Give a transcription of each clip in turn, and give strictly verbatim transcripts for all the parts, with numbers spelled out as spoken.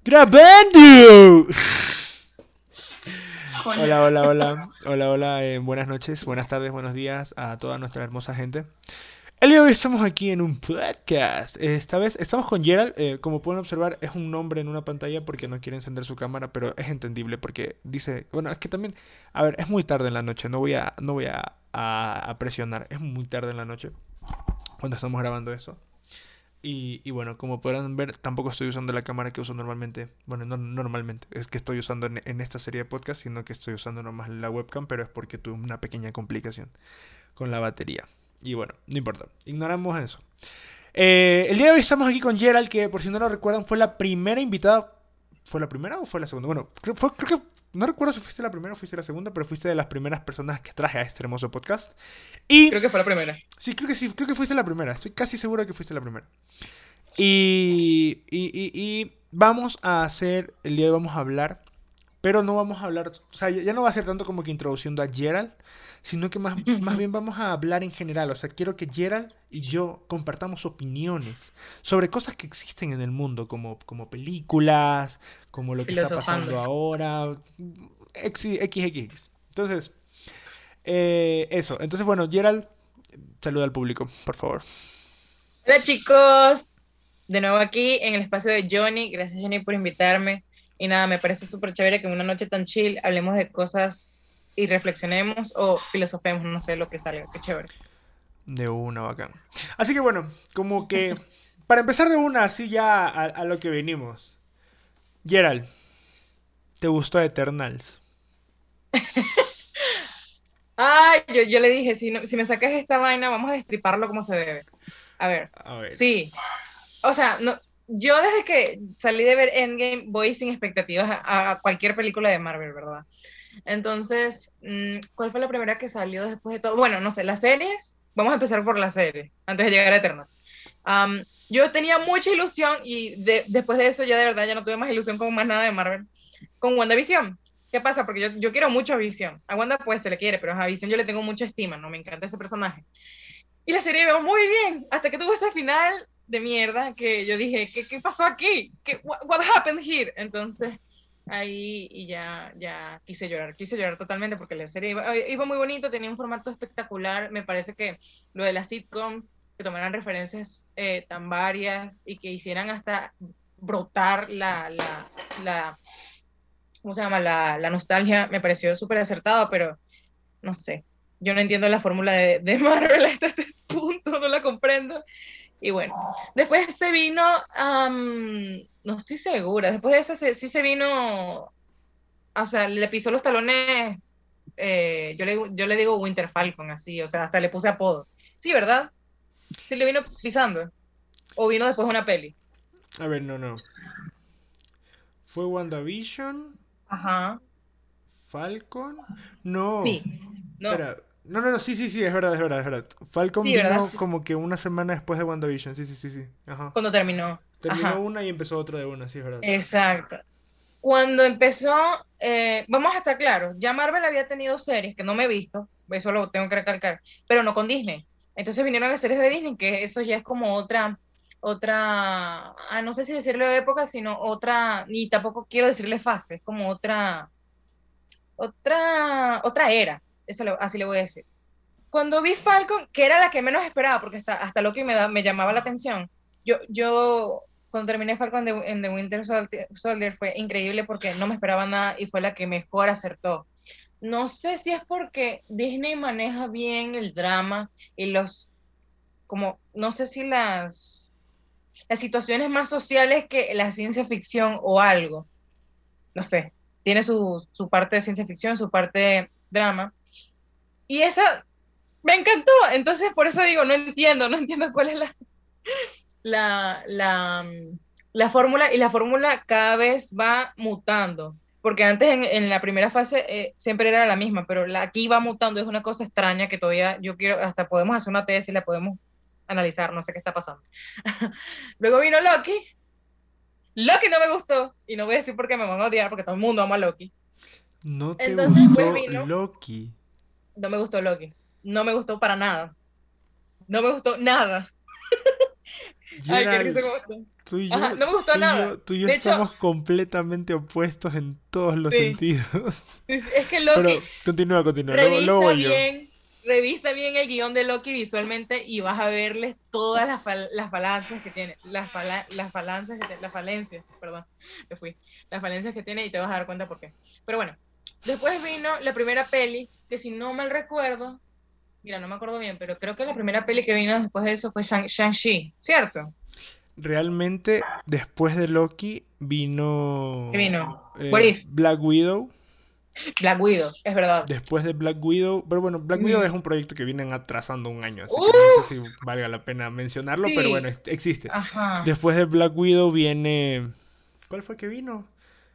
¡Grabando! Hola, hola, hola. Hola, hola. eh, buenas noches, buenas tardes, buenos días a toda nuestra hermosa gente. El día de hoy estamos aquí en un podcast. Esta vez estamos con Gerald. eh, como pueden observar, es un nombre en una pantalla porque no quiere encender su cámara, pero es entendible porque dice. Bueno, es que también. A ver, es muy tarde en la noche. No voy a, no voy a, a, a presionar. Es muy tarde en la noche cuando estamos grabando eso. Y, y bueno, como podrán ver, tampoco estoy usando la cámara que uso normalmente. Bueno, no normalmente, es que estoy usando en, en esta serie de podcast, sino que estoy usando nomás la webcam, pero es porque tuve una pequeña complicación con la batería. Y bueno, no importa, ignoramos eso. Eh, el día de hoy estamos aquí con Gerald, que por si no lo recuerdan, fue la primera invitada. ¿Fue la primera o fue la segunda? Bueno, creo, fue, creo que. No recuerdo si fuiste la primera o fuiste la segunda, pero fuiste de las primeras personas que traje a este hermoso podcast. Y. Creo que fue la primera. Sí, creo que sí, creo que fuiste la primera. Estoy casi seguro que fuiste la primera. Y, y, y, y vamos a hacer, el día de hoy vamos a hablar, pero no vamos a hablar, o sea, ya no va a ser tanto como que introduciendo a Gerald, sino que más, más bien vamos a hablar en general. O sea, quiero que Gerald y yo compartamos opiniones sobre cosas que existen en el mundo, como, como películas, como lo que está Filosofando. pasando ahora, X, X, X. Entonces, eh, eso. Entonces, bueno, Gerald, saluda al público, por favor. Hola chicos, de nuevo aquí en el espacio de Johnny. Gracias Johnny por invitarme. Y nada, me parece súper chévere que en una noche tan chill hablemos de cosas y reflexionemos o filosofemos, no sé lo que salga, qué chévere. De una, bacán. Así que bueno, como que para empezar de una, así ya a, a lo que venimos. Gerald, ¿te gustó Eternals? Ay, yo, yo le dije, si, no- si me sacas esta vaina, vamos a destriparlo como se debe. A ver, A ver. sí, o sea, no, yo desde que salí de ver Endgame voy sin expectativas a, a cualquier película de Marvel, ¿verdad? Entonces, mm, ¿cuál fue la primera que salió después de todo? Bueno, no sé, las series. Vamos a empezar por la serie, antes de llegar a Eternals. Um, yo tenía mucha ilusión y de, después de eso ya de verdad ya no tuve más ilusión con más nada de Marvel. Con WandaVision. ¿Qué pasa? Porque yo, yo quiero mucho a Vision. A Wanda pues se le quiere, pero a Vision yo le tengo mucha estima, ¿no? Me encanta ese personaje. Y la serie iba muy bien, hasta que tuvo ese final de mierda que yo dije, ¿qué, qué pasó aquí? ¿Qué, what, what happened here? Entonces, ahí y ya, ya quise llorar, quise llorar totalmente porque la serie iba, iba muy bonito, tenía un formato espectacular. Me parece que lo de las sitcoms, que tomaran referencias eh, tan varias y que hicieran hasta brotar la, la, la ¿cómo se llama? La, la nostalgia, me pareció súper acertado, pero no sé. Yo no entiendo la fórmula de, de Marvel hasta este punto, no la comprendo. Y bueno, después se vino, um, no estoy segura, después de eso se, sí se vino, o sea, le pisó los talones, eh, yo, le, yo le digo Winter Falcon, así, o sea, hasta le puse apodo. Sí, ¿verdad? Sí le vino pisando. O vino después una peli. A ver, no, no. ¿Fue WandaVision? Ajá. ¿Falcon? No. Sí. No. Espera. No, no, no, sí, sí, sí, es verdad, es verdad, es verdad. Falcon Sí, ¿verdad? vino Sí. como que una semana después de WandaVision, sí, sí, sí, sí. Ajá. Cuando terminó. Terminó Ajá. una y empezó otra de una, sí, es verdad. Exacto. Cuando empezó, eh, vamos a estar claros, ya Marvel había tenido series que no me he visto, eso lo tengo que recalcar, pero no con Disney. Entonces vinieron las series de Disney, que eso ya es como otra, otra, ah, no sé si decirle época, sino otra, ni tampoco quiero decirle fase, es como otra, otra, otra era, eso le- así le voy a decir. Cuando vi Falcon, que era la que menos esperaba, porque hasta, hasta Loki me, da- me llamaba la atención, yo, yo cuando terminé Falcon de, en The Winter Soldier, Soldier fue increíble porque no me esperaba nada y fue la que mejor acertó. No sé si es porque Disney maneja bien el drama y los, como, no sé si las, las situaciones más sociales que la ciencia ficción o algo, no sé, tiene su, su parte de ciencia ficción, su parte de drama. Y esa me encantó, entonces por eso digo, no entiendo, no entiendo cuál es la, la, la, la fórmula y la fórmula cada vez va mutando, porque antes en, en la primera fase eh, siempre era la misma, pero la, aquí va mutando, es una cosa extraña que todavía yo quiero, hasta podemos hacer una tesis y la podemos analizar, no sé qué está pasando. Luego vino Loki, Loki no me gustó, y no voy a decir por qué me van a odiar, porque todo el mundo ama a Loki. ¿No te Entonces después gustó vino, Loki? no me gustó Loki, no me gustó para nada, no me gustó nada. Ay, qué Gerald, risa cómo está. tú y Ajá, yo, no me gustó tú y nada. yo, tú y yo De hecho, estamos completamente opuestos en todos los sí, sentidos. sí, sí, es que Loki, Pero continúa, continúa. Luego, luego revisa voy yo. bien, revisa bien el guión de Loki visualmente y vas a verles todas las, fal las falancias que tiene, las, fala las falancias que las falencias, perdón, me fui, las falencias que tiene y te vas a dar cuenta por qué. Pero bueno, después vino la primera peli, que si no mal recuerdo, mira, no me acuerdo bien, pero creo que la primera peli que vino después de eso fue Shang-Chi, ¿cierto? Realmente, después de Loki ¿Qué vino vino? What eh, If, Black Widow. Black Widow, es verdad. Después de Black Widow, pero bueno, Black Widow es Mm. un proyecto que vienen atrasando un año, así que no sé si Uf, valga la pena mencionarlo, pero bueno, sí, es- existe. ajá. Después de Black Widow viene... ¿Cuál fue que vino?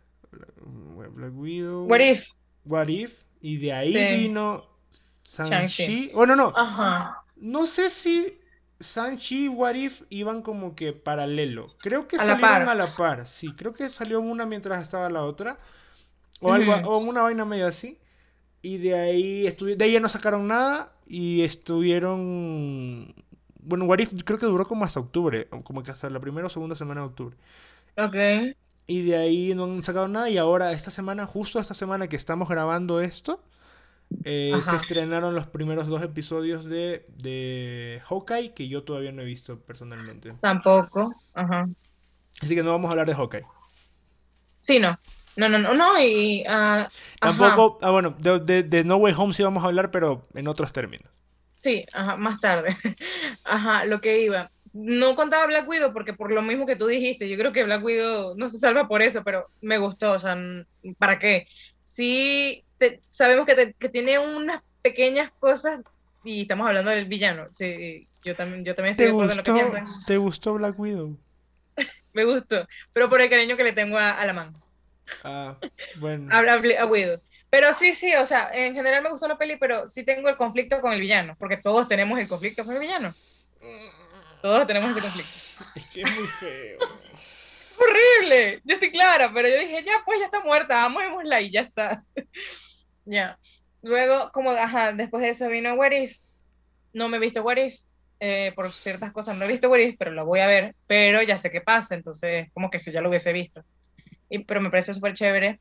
Black What Widow, If, What If, y de ahí sí, vino Shang-Chi. Shang-Chi. Bueno, no, Ajá, no sé si Shang-Chi y What If iban como que paralelo. Creo que a la salieron par. a la par, sí, creo que salió una mientras estaba la otra, o algo, Ujú. o una vaina medio así. Y de ahí, estuvi- de ahí ya no sacaron nada y estuvieron... Bueno, What If creo que duró como hasta octubre, como que hasta la primera o segunda semana de octubre. Ok, Y de ahí no han sacado nada y ahora esta semana, justo esta semana que estamos grabando esto, eh, se ajá, estrenaron los primeros dos episodios de, de Hawkeye que yo todavía no he visto personalmente. tampoco, ajá. Así que no vamos a hablar de Hawkeye. Sí, no, no, no, no, no, y, ah, ajá, Tampoco, ah bueno, de, de, de No Way Home sí vamos a hablar, pero en otros términos. sí, ajá, más tarde. Ajá, lo que iba. No contaba Black Widow porque por lo mismo que tú dijiste, yo creo que Black Widow no se salva por eso, pero me gustó, o sea, n- ¿para qué? Sí, te- sabemos que, te- que tiene unas pequeñas cosas y estamos hablando del villano, sí, yo también, yo también estoy ¿Te de acuerdo en lo que gustó, piensan, te gustó Black Widow? me gustó, pero por el cariño que le tengo a, a la man. Ah, bueno. A, a, a Widow. Pero sí, sí, o sea, en general me gustó la peli, pero sí tengo el conflicto con el villano, porque todos tenemos el conflicto con el villano. Todos tenemos ese conflicto. Es que es muy feo. Horrible, yo estoy clara, pero yo dije, ya, pues ya está muerta, amémosla y ya está. Ya. Luego, como, ajá, después de eso vino What If. No me he visto What If, eh, por ciertas cosas no he visto What If, pero lo voy a ver, pero ya sé qué pasa, entonces, como que si ya lo hubiese visto. Y, pero me parece súper chévere.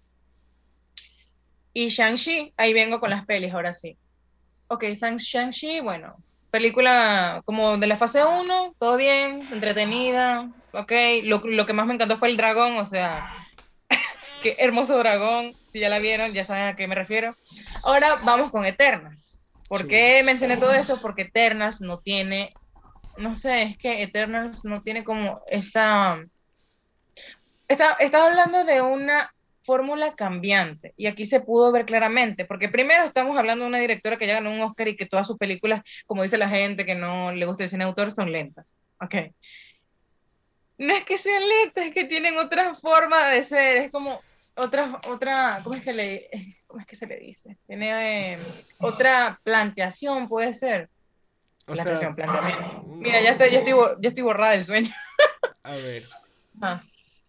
Y Shang-Chi, ahí vengo con las pelis, ahora sí. Ok, Shang- Shang-Chi, bueno, película como de la fase uno, todo bien, entretenida, ok. Lo, lo que más me encantó fue el dragón, o sea, qué hermoso dragón, si ya la vieron, ya saben a qué me refiero. Ahora vamos con Eternals. ¿Por qué Chuch. mencioné todo eso? Porque Eternals no tiene, no sé, es que Eternals no tiene como esta... Está, estaba hablando de una fórmula cambiante y aquí se pudo ver claramente, porque primero estamos hablando de una directora que ya ganó un Oscar y que todas sus películas, como dice la gente que no le gusta el cine de autor, son lentas. Ok. No es que sean lentas, es que tienen otra forma de ser, es como otra, otra, ¿cómo es que le, cómo es que se le dice? Tiene eh, otra planteación, puede ser. O sea, Planteación, planteamiento. Mira, ya mm, estoy, ya estoy, bo- ya estoy borrada del sueño. a ver, Ah,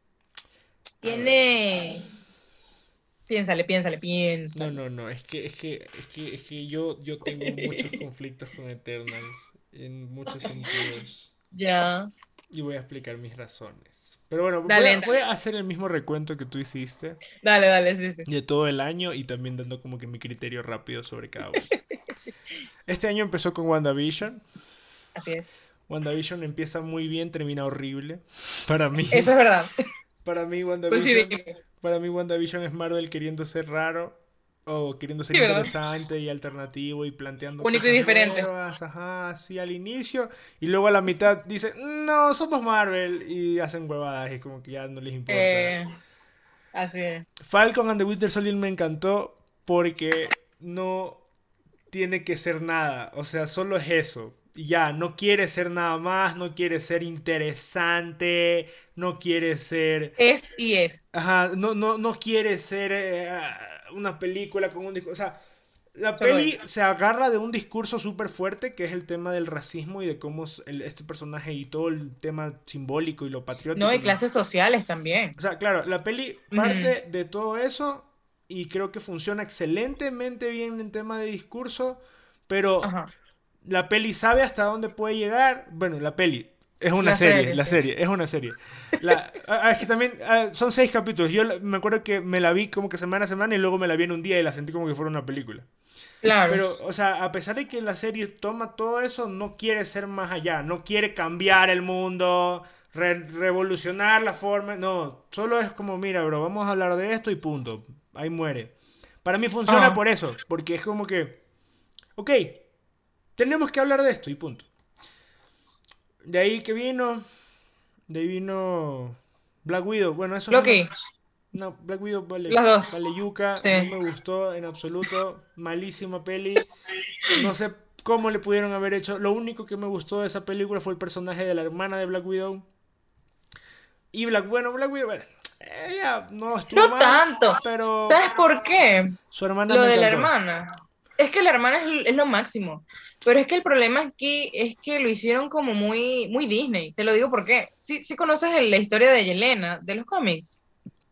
a ver. tiene, piénsale, piénsale, No, piénsale. no, no, es que, es que, es que, es que yo, yo tengo muchos conflictos con Eternals en muchos sentidos. Ya, Y voy a explicar mis razones. Pero bueno, voy dale, a, voy dale, a hacer el mismo recuento que tú hiciste dale, dale, sí, sí. de todo el año y también dando como que mi criterio rápido sobre cada uno. Este año empezó con WandaVision. Así es. WandaVision empieza muy bien, termina horrible. Para mí, Eso es verdad. para mí WandaVision, Coincidimos. para mí WandaVision es Marvel queriendo ser raro o queriendo ser Sí, ¿verdad? interesante y alternativo y planteando Único y cosas diferente. nuevas, ajá, así al inicio y luego a la mitad dicen, no, somos Marvel y hacen huevadas y como que ya no les importa. Eh, así es. Falcon and the Winter Soldier me encantó porque no tiene que ser nada, o sea, solo es eso. Y ya, no quiere ser nada más, no quiere ser interesante, no quiere ser... Es y es. Ajá, no, no, no quiere ser eh, una película con un discurso. O sea, la Solo peli es. se agarra de un discurso súper fuerte que es el tema del racismo y de cómo es el- este personaje y todo el tema simbólico y lo No, patriótico. y y lo- clases sociales también. O sea, claro, la peli Ujú. parte de todo eso y creo que funciona excelentemente bien en tema de discurso, pero Ajá. la peli sabe hasta dónde puede llegar. Bueno, la peli. Es una La serie, serie, la sí. serie, es una serie. La, ah, es que también ah, son seis capítulos. Yo la- me acuerdo que me la vi como que semana a semana y luego me la vi en un día y la sentí como que fuera una película. Claro. Pero, o sea, a pesar de que la serie toma todo eso, no quiere ser más allá, no quiere cambiar el mundo, re- revolucionar la forma, no, solo es como, mira, bro, vamos a hablar de esto y punto, ahí muere. Para mí funciona Ajá. por eso, porque es como que, ok, tenemos que hablar de esto y punto. De ahí que vino, de ahí vino Black Widow, bueno, eso es una... Loki, No, Black Widow vale, las dos. vale yuca, Sí. no me gustó en absoluto, malísima peli. No sé cómo le pudieron haber hecho. Lo único que me gustó de esa película fue el personaje de la hermana de Black Widow. Y Black, bueno, Black Widow, bueno, ella no estuvo No mal, tanto. pero ¿Sabes por qué? su hermana Lo me de la encantó. hermana. Es que la hermana es, es lo máximo. Pero es que el problema aquí es que lo hicieron como muy, muy Disney. Te lo digo por qué. Sí, sí conoces el- la historia de Yelena, de los cómics.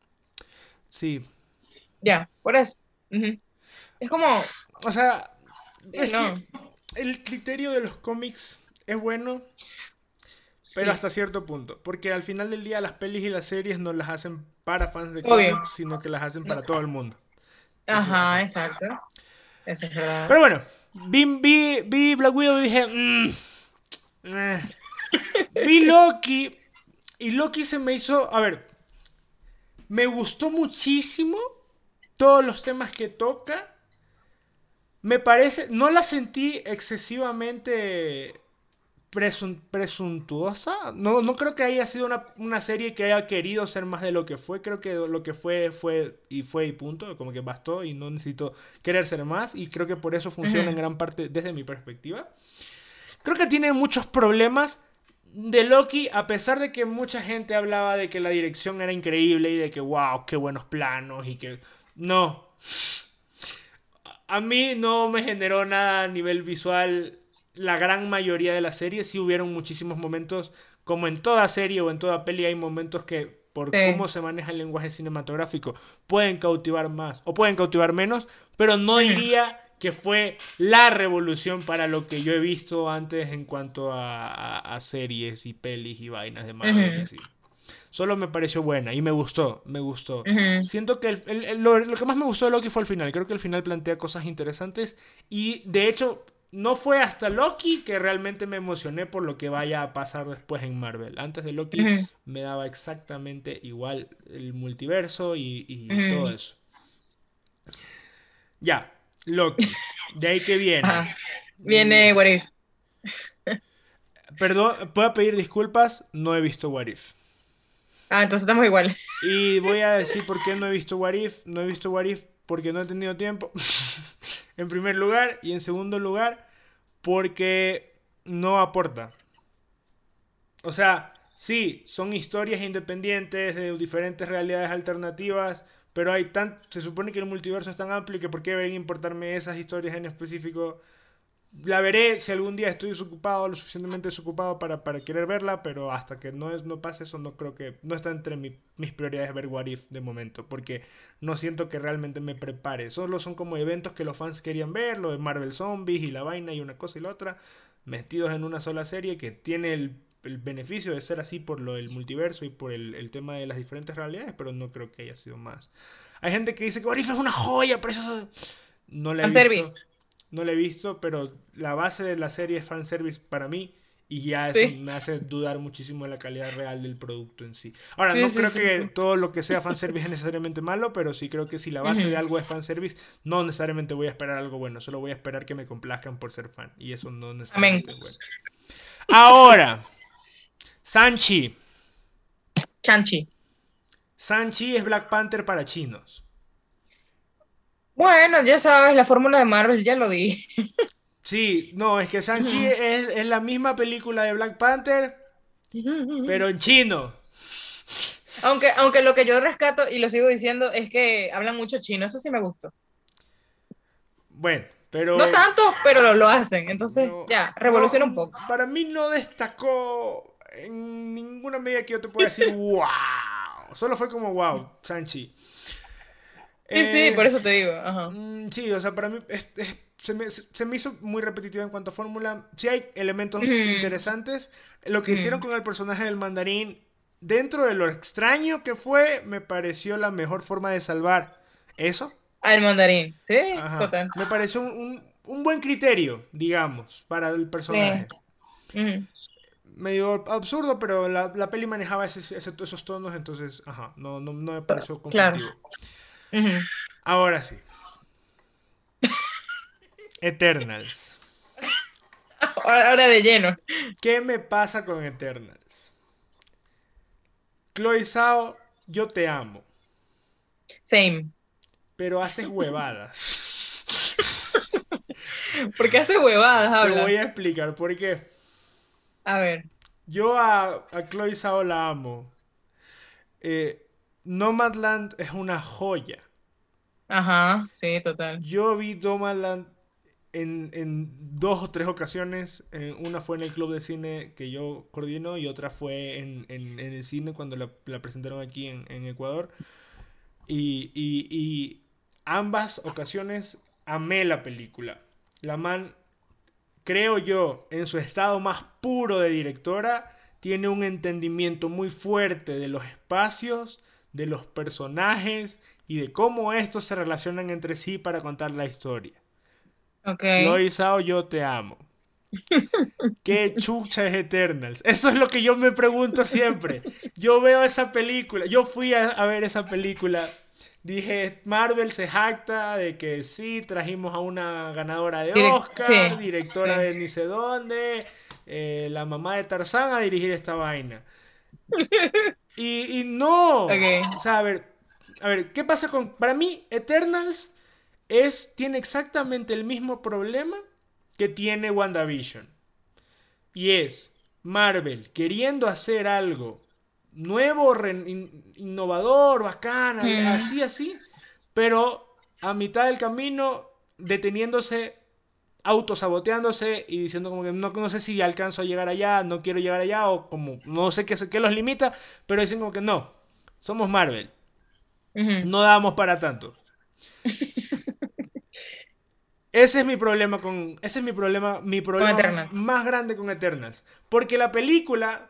Sí. Ya, por eso. Ujú. Es como, O sea, sí, es no. que el criterio de los cómics es bueno, pero Sí, hasta cierto punto. Porque al final del día las pelis y las series no las hacen para fans de obvio. cómics, sino que las hacen No. para todo el mundo. Entonces, Ajá, ajá. exacto. Eso es verdad. Pero bueno, vi, vi, vi Black Widow y dije, "Mm, eh". Vi Loki y Loki se me hizo, a ver, me gustó muchísimo todos los temas que toca. Me parece, no la sentí excesivamente presun- presuntuosa. No, no creo que haya sido una, una serie que haya querido ser más de lo que fue. Creo que lo que fue, fue y fue y punto. Como que bastó y no necesito querer ser más. Y creo que por eso funciona en Ujú, gran parte desde mi perspectiva. Creo que tiene muchos problemas de Loki, a pesar de que mucha gente hablaba de que la dirección era increíble y de que, wow, qué buenos planos y que... No, a mí no me generó nada a nivel visual la gran mayoría de la serie. Sí hubieron muchísimos momentos, como en toda serie o en toda peli, hay momentos que por sí. cómo se maneja el lenguaje cinematográfico pueden cautivar más o pueden cautivar menos, pero no Ujú, diría que fue la revolución para lo que yo he visto antes en cuanto a, a, a series y pelis y vainas de Marvel y ujú, así. Solo me pareció buena y me gustó, me gustó. ujú. Siento que el- el- el- lo, lo que más me gustó de Loki fue el final. Creo que el final plantea cosas interesantes y de hecho no fue hasta Loki que realmente me emocioné por lo que vaya a pasar después en Marvel. Antes de Loki Ujú, me daba exactamente igual el multiverso y, y todo ujú. eso. Ya, Loki. De ahí que viene. Ajá. Mm, Viene What If. Perdón, puedo pedir disculpas, no he visto What If. Ah, entonces estamos igual. Y voy a decir por qué no he visto What If. No he visto What If porque no he tenido tiempo. En primer lugar. Y en segundo lugar, porque no aporta. O sea, sí, son historias independientes de diferentes realidades alternativas. Pero hay tan. Se supone que el multiverso es tan amplio que por qué deberían importarme esas historias en específico. La veré si algún día estoy desocupado, lo suficientemente desocupado para, para querer verla, pero hasta que no, es, no pase eso, no creo que. No está entre mi- mis prioridades ver What If de momento, porque no siento que realmente me prepare. Solo son como eventos que los fans querían ver, lo de Marvel Zombies y la vaina y una cosa y la otra, metidos en una sola serie que tiene el, el beneficio de ser así por lo del multiverso y por el, el tema de las diferentes realidades, pero no creo que haya sido más. Hay gente que dice que What If es una joya, pero eso. No la he Fanservice. visto. No la he visto, pero la base de la serie es fanservice para mí y ya eso Sí, me hace dudar muchísimo de la calidad real del producto en sí. Ahora, sí, no sí, creo sí, que sí. todo lo que sea fanservice es necesariamente malo, pero sí creo que si la base de Ujú. algo es fanservice, no necesariamente voy a esperar algo bueno, solo voy a esperar que me complazcan por ser fan y eso no Amén. necesariamente es bueno. Ahora, Sanchi. Chanchi. Sanchi es Black Panther para chinos. Bueno, ya sabes, la fórmula de Marvel ya lo di. Sí, no, es que Sanchi Ujú. es, es la misma película de Black Panther, pero en chino. Aunque, aunque lo que yo rescato y lo sigo diciendo es que hablan mucho chino, eso sí me gustó. Bueno, No pero tanto, pero lo, lo hacen. Entonces, no, ya, no, revoluciona un poco. para mí no destacó en ninguna medida que yo te pueda decir wow. Solo fue como wow, Sanchi. Sí, sí, Eh, por eso te digo. Ajá. mm, sí, o sea, para mí es, es se me, se me hizo muy repetitiva en cuanto a fórmula. Sí hay elementos Ujú, interesantes. Lo que hicieron ujú. con el personaje del mandarín, dentro de lo extraño que fue, me pareció la mejor forma de salvar eso. Ah, el mandarín, sí, Ajá. total. Me pareció un, un- un buen criterio, digamos, para el Sí. personaje. Ujú. Medio absurdo, pero la, la peli manejaba ese- ese- esos tonos, entonces, ajá, no, no, no me pareció Claro. conflictivo. Ujú. Ahora sí, Eternals. Ahora, ahora de lleno. ¿Qué me pasa con Eternals? Chloe Zhao, yo te amo, Same. pero haces huevadas. Porque hace huevadas, Te habla. voy a explicar por qué. A ver. Yo a, a Chloe Zhao la amo. Eh, Nomadland es una joya. Ajá, sí, total. Yo vi Nomadland en, en dos o tres ocasiones. Eh, una fue en el club de cine que yo coordino y otra fue en, en- en el cine cuando la, la presentaron aquí en, en Ecuador. Y, y- y ambas ocasiones amé la película. La man, creo yo, en su estado más puro de directora, tiene un entendimiento muy fuerte de los espacios, de los personajes y de cómo estos se relacionan entre sí para contar la historia. Ok. Chloe Zhao, yo te amo. ¿Qué chucha es Eternals? Eso es lo que yo me pregunto siempre. Yo veo esa película, yo fui a, a ver esa película. Dije, Marvel se jacta de que sí, trajimos a una ganadora de Direct- Oscar, sí, directora sí. de ni sé dónde, eh, la mamá de Tarzán a dirigir esta vaina. Y, y no, o Ok. sea, a ver, a ver, ¿qué pasa con... Para mí, Eternals es, tiene exactamente el mismo problema que tiene WandaVision. Y es Marvel queriendo hacer algo nuevo, re- in- innovador, bacán, al- Mm, así, así, pero a mitad del camino deteniéndose, autosaboteándose y diciendo como que no, no sé si alcanzo a llegar allá, no quiero llegar allá, o como no sé qué, qué los limita, pero dicen como que no, somos Marvel, ujú. no damos para tanto. Ese es mi problema con. Ese es mi problema. Mi Con problema Eternals. más grande con Eternals. Porque la película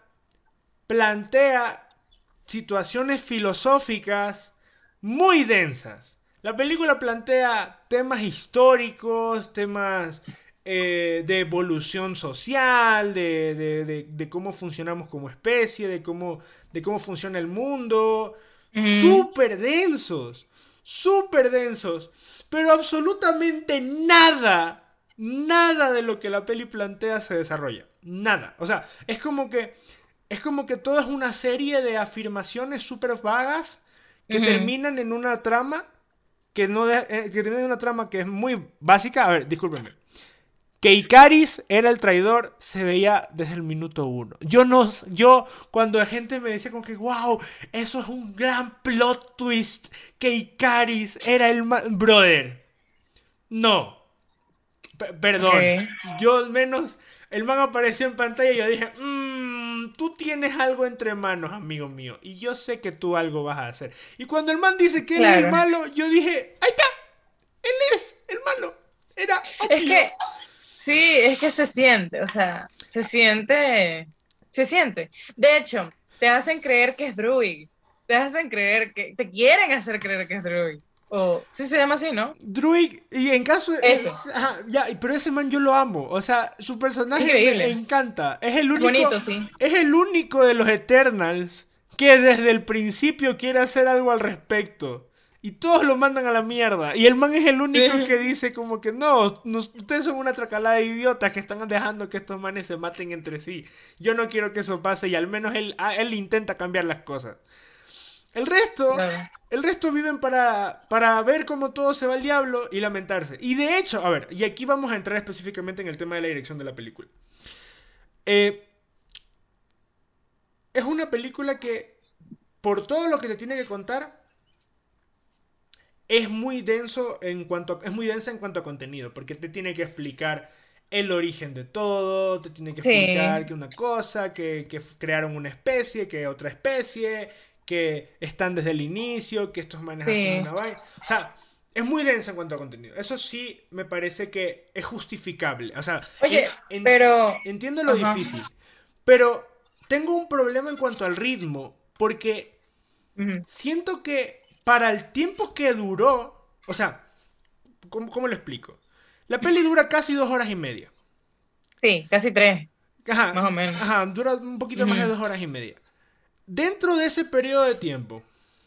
plantea situaciones filosóficas muy densas. La película plantea temas históricos, temas eh, de evolución social, de, de- de- de cómo funcionamos como especie, de cómo, de cómo funciona el mundo. Ujú. Súper densos, súper densos. Pero absolutamente nada, nada de lo que la peli plantea se desarrolla. Nada. O sea, es como que es como que todo es una serie de afirmaciones súper vagas que Ujú. terminan en una trama que no de- eh, que terminan en una trama que es muy básica. A ver, discúlpenme. Que Icaris era el traidor se veía desde el minuto uno. Yo no, yo cuando la gente me decía como que wow, eso es un gran plot twist que Icaris era el ma-". Brother, no, P- perdón. Ok. Yo al menos, el man apareció en pantalla y yo dije, mmm, tú tienes algo entre manos, amigo mío. Y yo sé que tú algo vas a hacer. Y cuando el man dice que él es el Claro. malo, yo dije, ahí está, él es el malo. Era Es obvio. que, sí, es que se siente, o sea, se siente, se siente. De hecho, te hacen creer que es Druid, te hacen creer que, te quieren hacer creer que es Druid. O, sí se llama así, ¿no? Druid, y en caso, Ese, es- ajá, ya, pero ese man yo lo amo. O sea, su personaje me increíble. encanta. Es el Es único, bonito, sí. es el único de los Eternals que desde el principio quiere hacer algo al respecto. Y todos lo mandan a la mierda. Y el man es el único que Sí, dice como que no, nos- ustedes son una tracalada de idiotas que están dejando que estos manes se maten entre sí. Yo no quiero que eso pase y al menos él, a- él intenta cambiar las cosas. El resto, claro. el resto viven para, para ver cómo todo se va al diablo y lamentarse. Y de hecho, a ver, y aquí vamos a entrar específicamente en el tema de la dirección de la película. Eh, es una película que, por todo lo que te tiene que contar, es muy denso en cuanto a- es muy densa en cuanto a contenido, porque te tiene que explicar el origen de todo, te tiene que explicar Sí. que una cosa, que, que crearon una especie, que otra especie, que están desde el inicio, que estos manes hacen Sí. una vaina. O sea, es muy densa en cuanto a contenido. Eso sí me parece que es justificable. O sea, Oye, en- en- pero... entiendo lo Ajá. difícil, pero tengo un problema en cuanto al ritmo, porque Ujú. siento que para el tiempo que duró, o sea, ¿cómo, cómo lo explico? La peli dura casi dos horas y media. Sí, casi tres, más Ajá, o menos. ajá, dura un poquito más de Ujú. dos horas y media. Dentro de ese periodo de tiempo,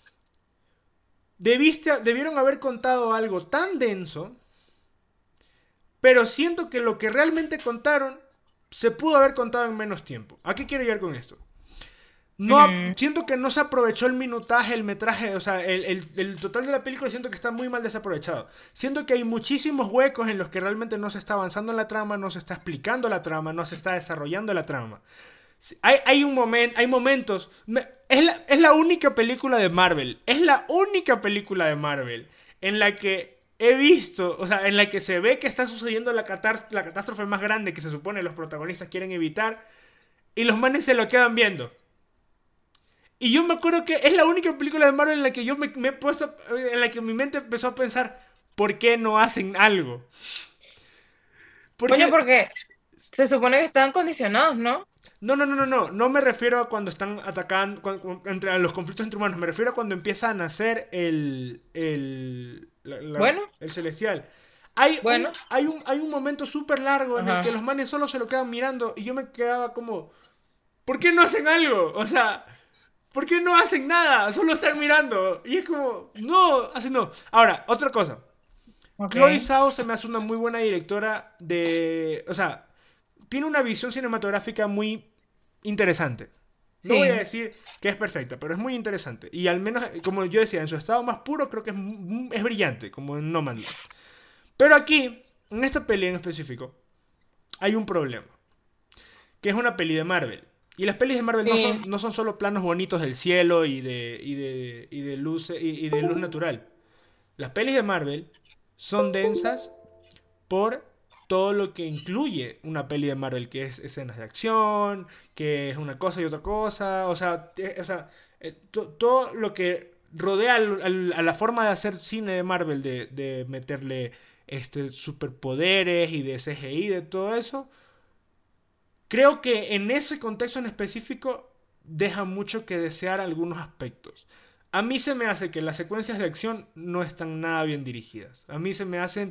debiste, debieron haber contado algo tan denso, pero siento que lo que realmente contaron se pudo haber contado en menos tiempo. ¿A qué quiero llegar con esto? No, Ujú. siento que no se aprovechó el minutaje, el metraje, o sea, el, el, el total de la película siento que está muy mal desaprovechado. Siento que hay muchísimos huecos en los que realmente no se está avanzando en la trama, no se está explicando la trama, no se está desarrollando la trama. Hay, hay un momento, hay momentos. Me- es, la, es la única película de Marvel. Es la única película de Marvel en la que he visto, o sea, en la que se ve que está sucediendo la, catar- la catástrofe más grande que se supone los protagonistas quieren evitar y los manes se lo quedan viendo. Y yo me acuerdo que es la única película de Marvel en la que yo me, me he puesto, en la que mi mente empezó a pensar, ¿por qué no hacen algo? Coño, Porque porque se supone que están condicionados, ¿no? no, no, no, no, no. No me refiero a cuando están atacando, cuando- cuando- entre a los conflictos entre humanos. Me refiero a cuando empieza a nacer el, el, la- la- Bueno, el celestial. Hay un, bueno, hay un, hay un momento súper largo en el ajá. que los manes solo se lo quedan mirando y yo me quedaba como, ¿por qué no hacen algo? O sea, ¿por qué no hacen nada? Solo están mirando. Y es como, no, así no. Ahora, otra cosa. Ok. Chloe Zhao se me hace una muy buena directora de... O sea, tiene una visión cinematográfica muy interesante. No voy a Sí. decir que es perfecta, pero es muy interesante. Y al menos, como yo decía, en su estado más puro creo que es, es brillante, como en No Man's Land. Pero aquí, en esta peli en específico, hay un problema. Que es una peli de Marvel. Y las pelis de Marvel no Sí. son, no son solo planos bonitos del cielo y de, y de, y de, luz, y, y de luz natural. Las pelis de Marvel son densas por todo lo que incluye una peli de Marvel, que es escenas de acción, que es una cosa y otra cosa, o sea, eh, o sea eh, to- todo lo que rodea al- al- a la forma de hacer cine de Marvel, de, de meterle este, superpoderes y de C G I, de todo eso, creo que en ese contexto en específico deja mucho que desear algunos aspectos. A mí se me hace que las secuencias de acción no están nada bien dirigidas. A mí se me hacen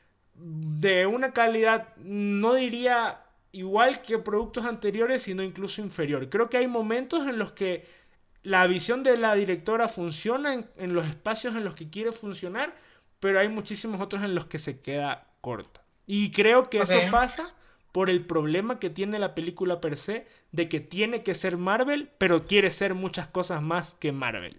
de una calidad, no diría igual que productos anteriores, sino incluso inferior. Creo que hay momentos en los que la visión de la directora funciona en, en los espacios en los que quiere funcionar, pero hay muchísimos otros en los que se queda corta. Y creo que eso Ok. pasa por el problema que tiene la película per se, de que tiene que ser Marvel, pero quiere ser muchas cosas más que Marvel.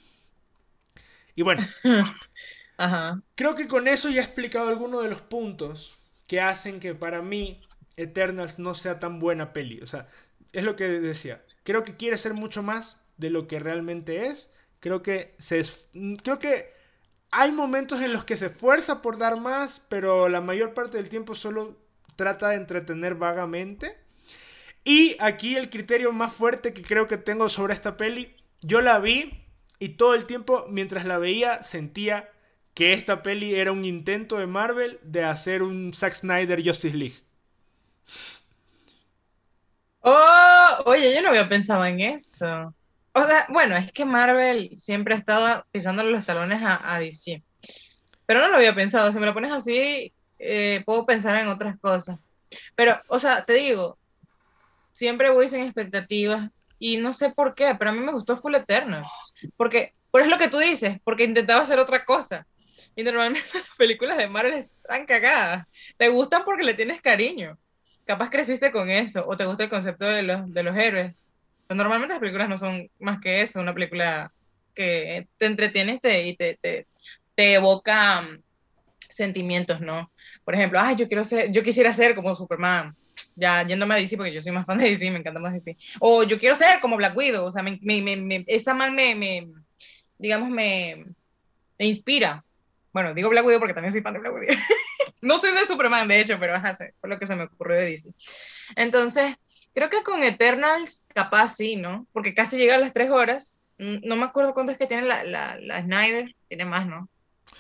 Y bueno, Ajá. creo que con eso ya he explicado algunos de los puntos que hacen que para mí Eternals no sea tan buena peli. O sea, es lo que decía. Creo que quiere ser mucho más de lo que realmente es. Creo que se es- creo que hay momentos en los que se esfuerza por dar más, pero la mayor parte del tiempo solo trata de entretener vagamente. Y aquí el criterio más fuerte que creo que tengo sobre esta peli, yo la vi y todo el tiempo mientras la veía sentía que esta peli era un intento de Marvel de hacer un Zack Snyder Justice League. Oh, oye, yo no había pensado en eso. O sea, bueno, es que Marvel siempre ha estado pisándole los talones a, a D C. Pero no lo había pensado. Si me lo pones así, eh, puedo pensar en otras cosas. Pero, o sea, te digo, siempre voy sin expectativas y no sé por qué, pero a mí me gustó Full Eternal. Porque, por es lo que tú dices, porque intentaba hacer otra cosa. Y normalmente las películas de Marvel están cagadas. Te gustan porque le tienes cariño. Capaz creciste con eso, o te gusta el concepto de los, de los héroes. Pero normalmente las películas no son más que eso, una película que te entretiene y te, y te, te, te evoca mm, sentimientos, ¿no? Por ejemplo, ay, yo quiero ser, yo quisiera ser como Superman, ya yéndome a D C porque yo soy más fan de D C, me encanta más D C. O yo quiero ser como Black Widow, o sea, me, me, me, me, esa man me, me digamos, me, me, inspira. Bueno, digo Black Widow porque también soy fan de Black Widow. No soy de Superman, de hecho, pero ajá, fue lo que se me ocurrió de D C. Entonces, creo que con Eternals, capaz sí, ¿no? Porque casi llega a las tres horas. No me acuerdo cuánto es que tiene la, la, la Snyder, tiene más, ¿no?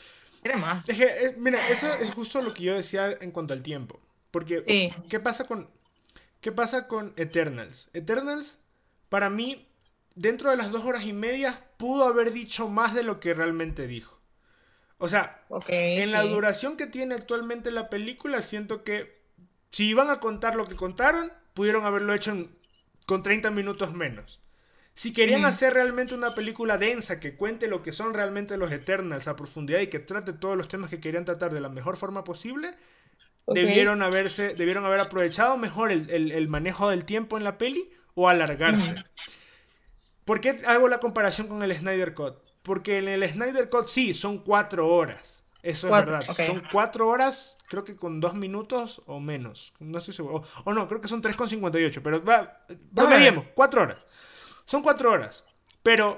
quiere más. Es que, eh, mira, eso es justo lo que yo decía en cuanto al tiempo. Porque, Sí, ¿qué pasa con, qué pasa con Eternals? Eternals, para mí, dentro de las dos horas y media, pudo haber dicho más de lo que realmente dijo. O sea, ok, en la sí. duración que tiene actualmente la película, siento que si iban a contar lo que contaron, pudieron haberlo hecho en- con treinta minutos menos. Si querían Ujú, hacer realmente una película densa que cuente lo que son realmente los Eternals a profundidad y que trate todos los temas que querían tratar de la mejor forma posible, ok. debieron, haberse, debieron haber aprovechado mejor el, el- el manejo del tiempo en la peli o alargarse. Ujú, ¿Por qué hago la comparación con el Snyder Cut? Porque en el Snyder Cut sí, son cuatro horas. Eso es cuatro, verdad. ok. Son cuatro horas, creo que con dos minutos o menos. No estoy seguro. O, o no, creo que son tres con cincuenta y ocho. Pero va, Déjame ver. promediemos, cuatro horas. Son cuatro horas. Pero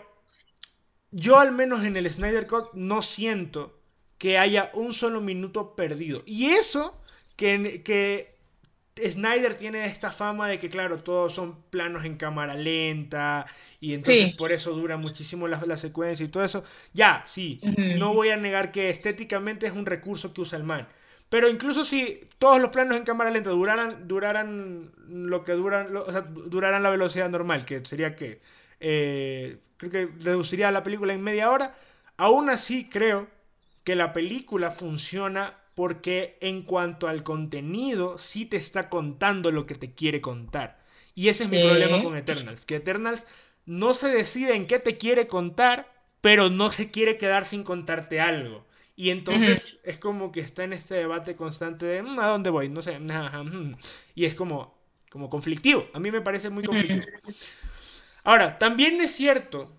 yo al menos en el Snyder Cut no siento que haya un solo minuto perdido. Y eso que, que Snyder tiene esta fama de que, claro, todos son planos en cámara lenta y entonces Sí. por eso dura muchísimo la, la secuencia y todo eso. Ya, sí, no Ujú, voy a negar que estéticamente es un recurso que usa el man. Pero incluso si todos los planos en cámara lenta duraran, duraran lo que duran, lo- o sea, duraran la velocidad normal, que sería que eh, creo que reduciría la película en media hora, aún así creo que la película funciona porque en cuanto al contenido sí te está contando lo que te quiere contar. Y ese es mi problema sí. con Eternals, que Eternals no se decide en qué te quiere contar, pero no se quiere quedar sin contarte algo. Y Ujú, entonces es como que está en este debate constante de "Mm, ¿a dónde voy? No sé. Mm". Y es como, como conflictivo. A mí me parece muy conflictivo. ujú. Ahora, también es cierto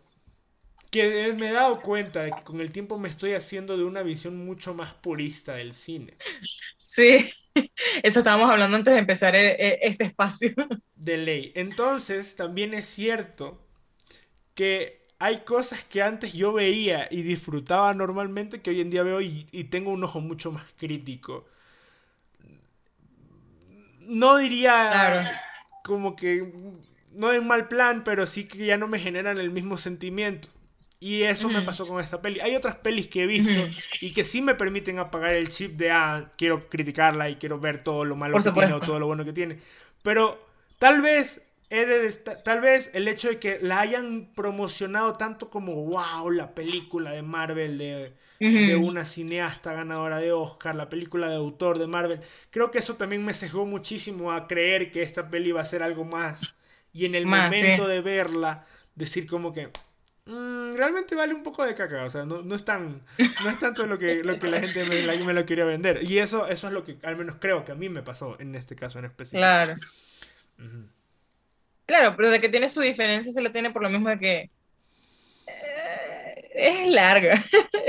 que me he dado cuenta de que con el tiempo me estoy haciendo de una visión mucho más purista del cine. Sí, eso estábamos hablando antes de empezar eh, eh, este espacio. De ley. Entonces, también es cierto que hay cosas que antes yo veía y disfrutaba normalmente que hoy en día veo y, y tengo un ojo mucho más crítico. No diría Claro. como que no en mal plan, pero sí que ya no me generan el mismo sentimiento. Y eso me Ujú, pasó con esta peli. Hay otras pelis que he visto ujú. y que sí me permiten apagar el chip de, ah, quiero criticarla y quiero ver todo lo malo Por que tiene o supuesto. todo lo bueno que tiene. Pero tal vez, he de desta- tal vez el hecho de que la hayan promocionado tanto como, wow, la película de Marvel de, de Ujú. una cineasta ganadora de Oscar, la película de autor de Marvel, creo que eso también me sesgó muchísimo a creer que esta peli iba a ser algo más. Y en el Más, sí. momento de verla, decir como que mm, realmente vale un poco de caca. O sea, no, no es tan, no es tanto lo que, lo que la gente me, la- me lo quería vender. Y eso, eso es lo que al menos creo que a mí me pasó en este caso en específico. Claro. Ujú. Claro, pero de que tiene su diferencia se la tiene por lo mismo de que eh, es larga.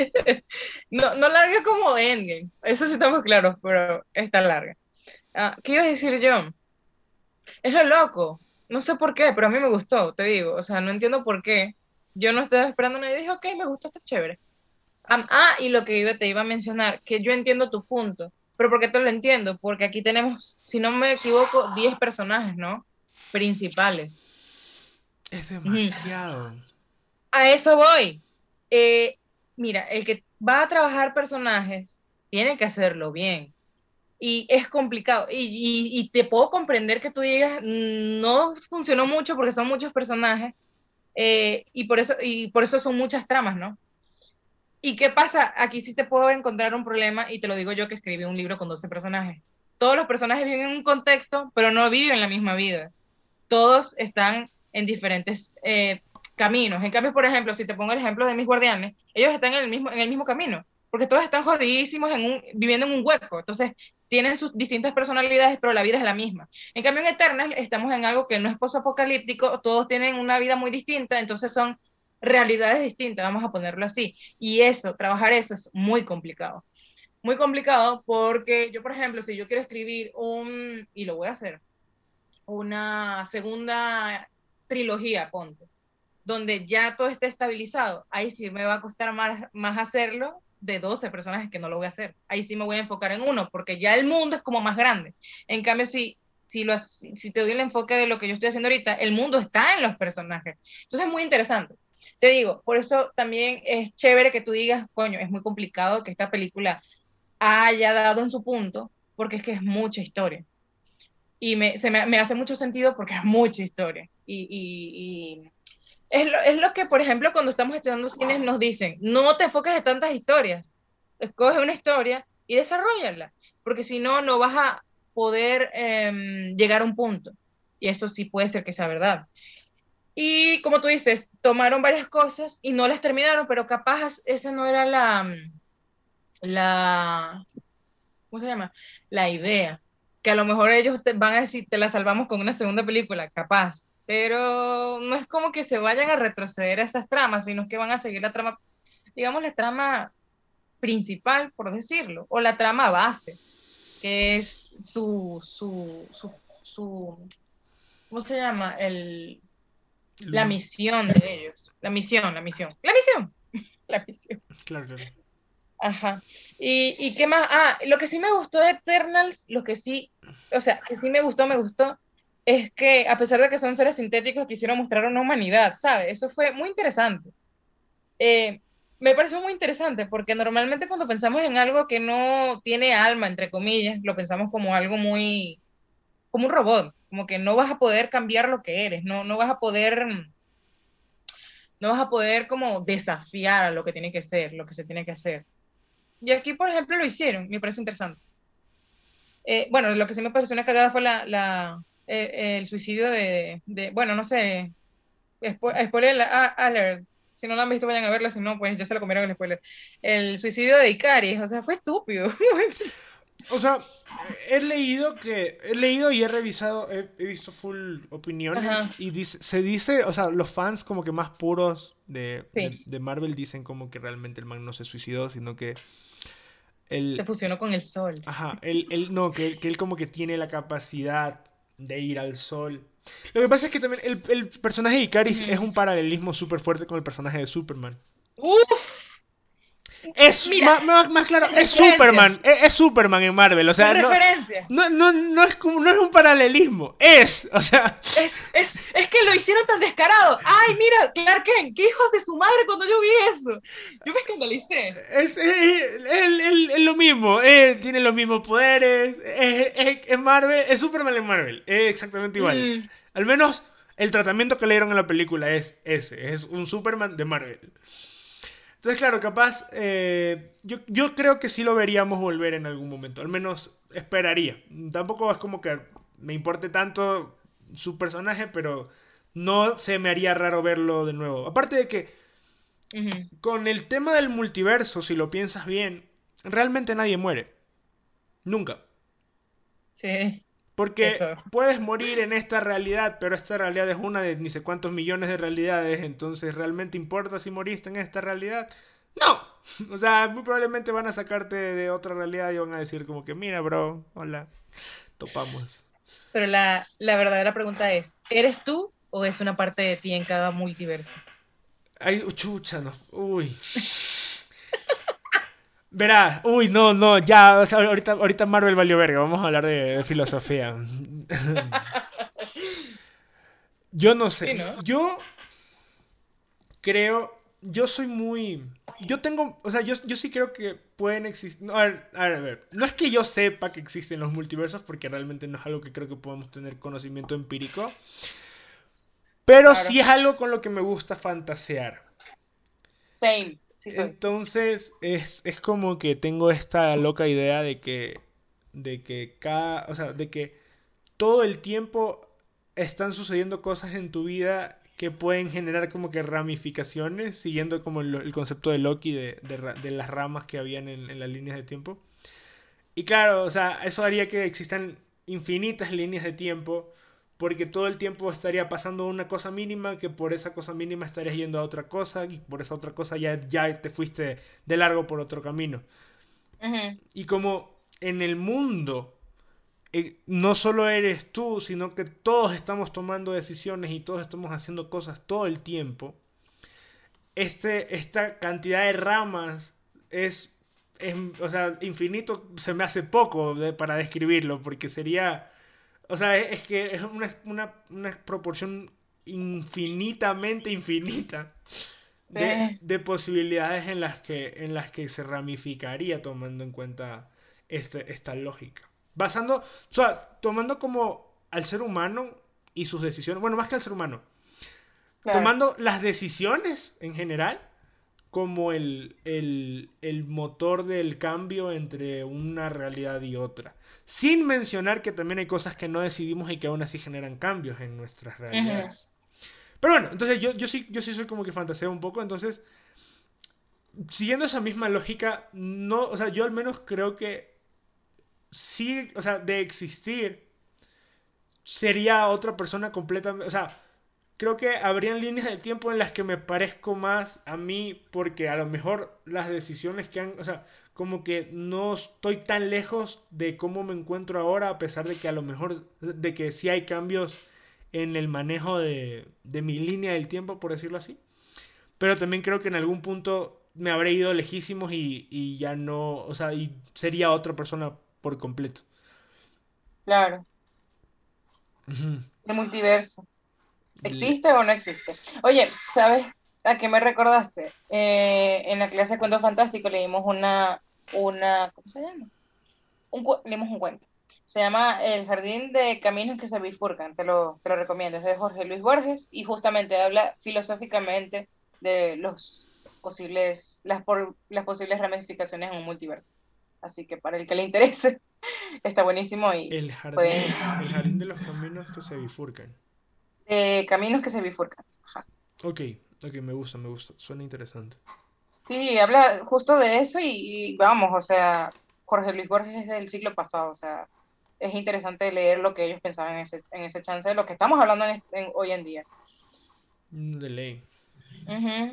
No, no larga como Endgame, eso sí estamos claros, pero está larga. Ah, ¿qué iba a decir yo? Es lo loco. No sé por qué, pero a mí me gustó, te digo. O sea, no entiendo por qué. Yo no estaba esperando nada y dije, ok, me gustó, está chévere. Am- ah, y lo que iba, te iba a mencionar, que yo entiendo tu punto. ¿Pero por qué te lo entiendo? Porque aquí tenemos, si no me equivoco, diez personajes, ¿no? Principales. Es Ujú. demasiado. A eso voy. Eh, mira, el que va a trabajar personajes tiene que hacerlo bien. Y es complicado. Y, y- y te puedo comprender que tú digas, "Mm, no funcionó mucho porque son muchos personajes eh, y, por eso, y por eso son muchas tramas, ¿no? ¿Y qué pasa? Aquí sí te puedo encontrar un problema y te lo digo yo que escribí un libro con doce personajes. Todos los personajes viven en un contexto, pero no viven la misma vida. Todos están en diferentes eh, caminos. En cambio, por ejemplo, si te pongo el ejemplo de mis guardianes, ellos están en el mismo, en el mismo camino, porque todos están jodidísimos en un, viviendo en un hueco. Entonces, tienen sus distintas personalidades, pero la vida es la misma. En cambio, en Eternal estamos en algo que no es post-apocalíptico, todos tienen una vida muy distinta, entonces son realidades distintas, vamos a ponerlo así. Y eso, trabajar eso es muy complicado. Muy complicado porque yo, por ejemplo, si yo quiero escribir un, y lo voy a hacer, una segunda trilogía, ponte, donde ya todo esté estabilizado, ahí sí me va a costar más, más hacerlo de doce personajes que no lo voy a hacer. Ahí sí me voy a enfocar en uno, porque ya el mundo es como más grande. En cambio, si, si, lo, si te doy el enfoque de lo que yo estoy haciendo ahorita, el mundo está en los personajes. Entonces es muy interesante. te digo, por eso también es chévere que tú digas, coño, es muy complicado que esta película haya dado en su punto, porque es que es mucha historia. Y me, se me, me hace mucho sentido porque es mucha historia. Y, y, y es, lo, es lo que, por ejemplo, cuando estamos estudiando cines nos dicen, no te enfoques en tantas historias, escoge una historia y desarrollala, porque si no, no vas a poder eh, llegar a un punto. Y eso sí puede ser que sea verdad. Y como tú dices, tomaron varias cosas y no las terminaron, pero capaz esa no era la, la, ¿cómo se llama? La idea. Que a lo mejor ellos te van a decir, te la salvamos con una segunda película, capaz. Pero no es como que se vayan a retroceder a esas tramas, sino que van a seguir la trama, digamos, la trama principal, por decirlo, o la trama base, que es su, su, su, su ¿cómo se llama? El, la El- misión de ellos. La misión, la misión. La misión. La misión. Claro, claro. Ajá. ¿Y, y qué más? Ah, lo que sí me gustó de Eternals, lo que sí, o sea, que sí me gustó, me gustó, es que a pesar de que son seres sintéticos, quisieron mostrar una humanidad, ¿sabes? Eso fue muy interesante. Eh, me pareció muy interesante porque normalmente cuando pensamos en algo que no tiene alma, entre comillas, lo pensamos como algo muy, como un robot, como que no vas a poder cambiar lo que eres, no, no vas a poder, no vas a poder como desafiar a lo que tiene que ser, lo que se tiene que hacer. Y aquí, por ejemplo, lo hicieron, me parece interesante. Eh, bueno, lo que sí me pareció una cagada fue la, la, eh, el suicidio de, de, bueno, no sé, spo spoiler la, alert, si no la han visto vayan a verla, si no, pues ya se lo comieron el spoiler. El suicidio de Icaris, o sea, fue estúpido. O sea, he leído que. He leído y he revisado. He, he visto full opiniones. Ajá, Y dice, se dice. O sea, los fans como que más puros de, de, sí, de Marvel dicen como que realmente el man no se suicidó, sino que. se Él. fusionó con el sol. Ajá, él, él no, que él, que él como que tiene la capacidad de ir al sol. Lo que pasa es que también el, el personaje de Uh Icaris es -huh. un paralelismo súper fuerte con el personaje de Superman. Uf, Es mira, más, más, más claro, es Superman, referencias, es, es Superman en Marvel, o son sea, no, referencias. no, no, no, es como, no es un paralelismo, es, o sea, Es, es, es que lo hicieron tan descarado. Ay, mira, Clark Kent, qué hijos de su madre cuando yo vi eso. Yo me escandalicé. es, es, es- es- es lo mismo, eh, tiene los mismos poderes, es, es- es Marvel, es Superman en Marvel, es exactamente igual. Mm, Al menos el tratamiento que le dieron en la película es ese, es un Superman de Marvel. Entonces, claro, capaz, eh, yo, yo creo que sí lo veríamos volver en algún momento, al menos esperaría. Tampoco es como que me importe tanto su personaje, pero no se me haría raro verlo de nuevo. Aparte de que uh -huh. con el tema del multiverso, si lo piensas bien, realmente nadie muere. Nunca. Sí, Porque eso. puedes morir en esta realidad, pero esta realidad es una de ni sé cuántos millones de realidades, entonces ¿realmente importa si moriste en esta realidad? No. O sea, muy probablemente van a sacarte de otra realidad y van a decir como que, mira, bro, hola, topamos. Pero la, la verdadera pregunta es, ¿eres tú o es una parte de ti en cada multiverso? Ay, chucha, no. Uy. Verá, uy, no, no, ya, o sea, ahorita, ahorita Marvel valió verga, vamos a hablar de, de filosofía. Yo no Sí, sé, ¿no? yo creo, yo soy muy... Yo tengo, o sea, yo, yo sí creo que pueden existir... No, a ver, a ver, a ver, no es que yo sepa que existen los multiversos, porque realmente no es algo que creo que podamos tener conocimiento empírico, pero Claro. sí es algo con lo que me gusta fantasear. Same, sí soy. Entonces, es, es como que tengo esta loca idea de que, de que cada, o sea, de que todo el tiempo están sucediendo cosas en tu vida que pueden generar como que ramificaciones, siguiendo como el, el concepto de Loki, de, de, de, las ramas que habían en, en las líneas de tiempo. Y claro, o sea, eso haría que existan infinitas líneas de tiempo, porque todo el tiempo estaría pasando una cosa mínima, que por esa cosa mínima estarías yendo a otra cosa, y por esa otra cosa ya, ya te fuiste de largo por otro camino. Uh -huh. Y como en el mundo eh, no solo eres tú, sino que todos estamos tomando decisiones y todos estamos haciendo cosas todo el tiempo, este, esta cantidad de ramas es, es, o sea, infinito se me hace poco de, para describirlo, porque sería, o sea, es, es que es una, una, una proporción infinitamente infinita de, Sí. de posibilidades en las que, en las que se ramificaría tomando en cuenta este, esta lógica. Basando, o sea, tomando como al ser humano y sus decisiones, bueno, más que al ser humano, Claro. tomando las decisiones en general como el, el, el motor del cambio entre una realidad y otra. Sin mencionar que también hay cosas que no decidimos y que aún así generan cambios en nuestras Ujú. realidades. Pero bueno, entonces yo, yo, sí, yo sí soy como que fantaseo un poco, entonces, siguiendo esa misma lógica, no, o sea, yo al menos creo que sí, o sea, de existir, sería otra persona completamente, o sea, creo que habrían líneas del tiempo en las que me parezco más a mí porque a lo mejor las decisiones que han, o sea, como que no estoy tan lejos de cómo me encuentro ahora a pesar de que a lo mejor, de que sí hay cambios en el manejo de, de mi línea del tiempo, por decirlo así. Pero también creo que en algún punto me habré ido lejísimos y, y ya no, o sea, y sería otra persona por completo. Claro. Ujú. El multiverso. Le- ¿Existe o no existe? Oye, ¿sabes a qué me recordaste? Eh, en la clase de Cuento Fantástico leímos una, una, ¿cómo se llama? Un, cu- leímos un cuento. Se llama El Jardín de Caminos que se bifurcan. Te lo, te lo recomiendo. Es de Jorge Luis Borges y justamente habla filosóficamente de los posibles, las, por, las posibles ramificaciones en un multiverso. Así que para el que le interese, está buenísimo y el pueden... jardín, el jardín de los caminos que se bifurcan. De caminos que se bifurcan. Ajá. Ok, ok, me gusta, me gusta, suena interesante. Sí, habla justo de eso y, y vamos, o sea, Jorge Luis Borges es del siglo pasado, o sea, es interesante leer lo que ellos pensaban en ese, en ese chance de lo que estamos hablando en, en- hoy en día. Mm, de ley. Ujú.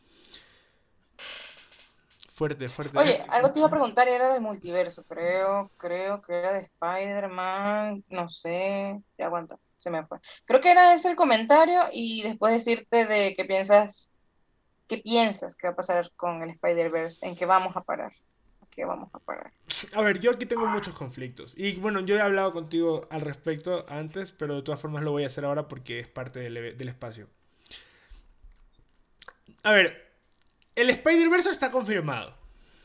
Fuerte, fuerte. Eh, Oye, algo te iba a preguntar, era del multiverso, creo, creo que era de Spider-Man, no sé, ya aguanta, se me fue. Creo que era ese el comentario y después decirte de qué piensas, qué piensas que va a pasar con el Spider-Verse, en qué vamos a parar, a qué vamos a parar. A ver, yo aquí tengo muchos conflictos. Y bueno, yo he hablado contigo al respecto antes, pero de todas formas lo voy a hacer ahora porque es parte del, e- del espacio. A ver, el Spider-Verse está confirmado.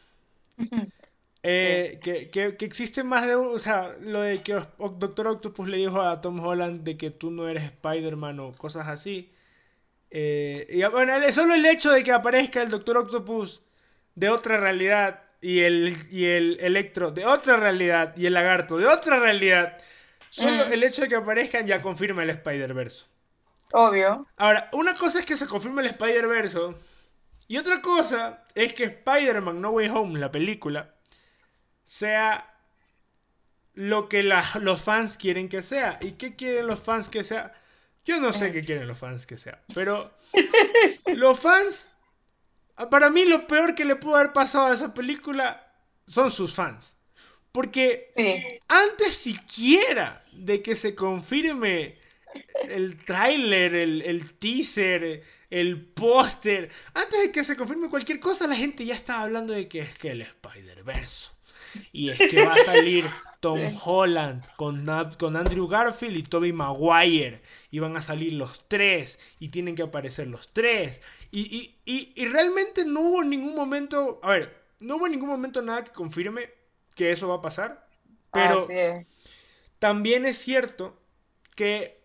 Sí. Eh, que, que, que existe más de un... O sea, lo de que O- Doctor Octopus le dijo a Tom Holland de que tú no eres Spider-Man o cosas así. Eh, y bueno, el- solo el hecho de que aparezca el Doctor Octopus de otra realidad y el, y el Electro de otra realidad y el Lagarto de otra realidad, solo Mm, el hecho de que aparezcan ya confirma el Spider-Verse. obvio. Ahora, una cosa es que se confirme el Spider-Verse y otra cosa es que Spider-Man No Way Home, la película, sea lo que la- los fans quieren que sea. ¿Y qué quieren los fans que sea? Yo no sé Eh, qué quieren los fans que sea, pero los fans, para mí lo peor que le pudo haber pasado a esa película son sus fans. Porque Sí. antes siquiera de que se confirme el tráiler, el, el teaser, el póster, antes de que se confirme cualquier cosa, la gente ya estaba hablando de que es que el Spider-Verse. Y es que va a salir Tom Sí. Holland con, con Andrew Garfield y Tobey Maguire. Y van a salir los tres. Y tienen que aparecer los tres. Y, y, y, y realmente no hubo ningún momento. A ver, no hubo ningún momento nada que confirme que eso va a pasar. Así Pero es. también es cierto que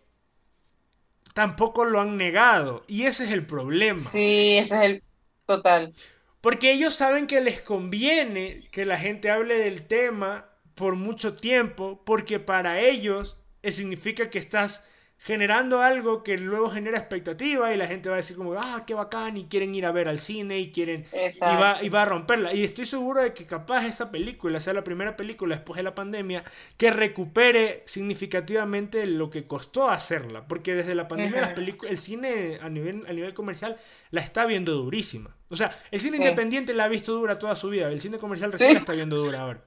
tampoco lo han negado. Y ese es el problema. Sí, ese es el total. Porque ellos saben que les conviene que la gente hable del tema por mucho tiempo, porque para ellos eh, significa que estás generando algo que luego genera expectativa y la gente va a decir como, ah, qué bacán, y quieren ir a ver al cine y quieren, y va, y Exacto. va a romperla. Y estoy seguro de que capaz esa película sea la primera película después de la pandemia que recupere significativamente lo que costó hacerla, porque desde la pandemia las Ujú. películas, el cine a nivel, a nivel comercial la está viendo durísima. O sea, el cine Sí. independiente la ha visto dura toda su vida, el cine comercial recién la Sí, está viendo dura ahora.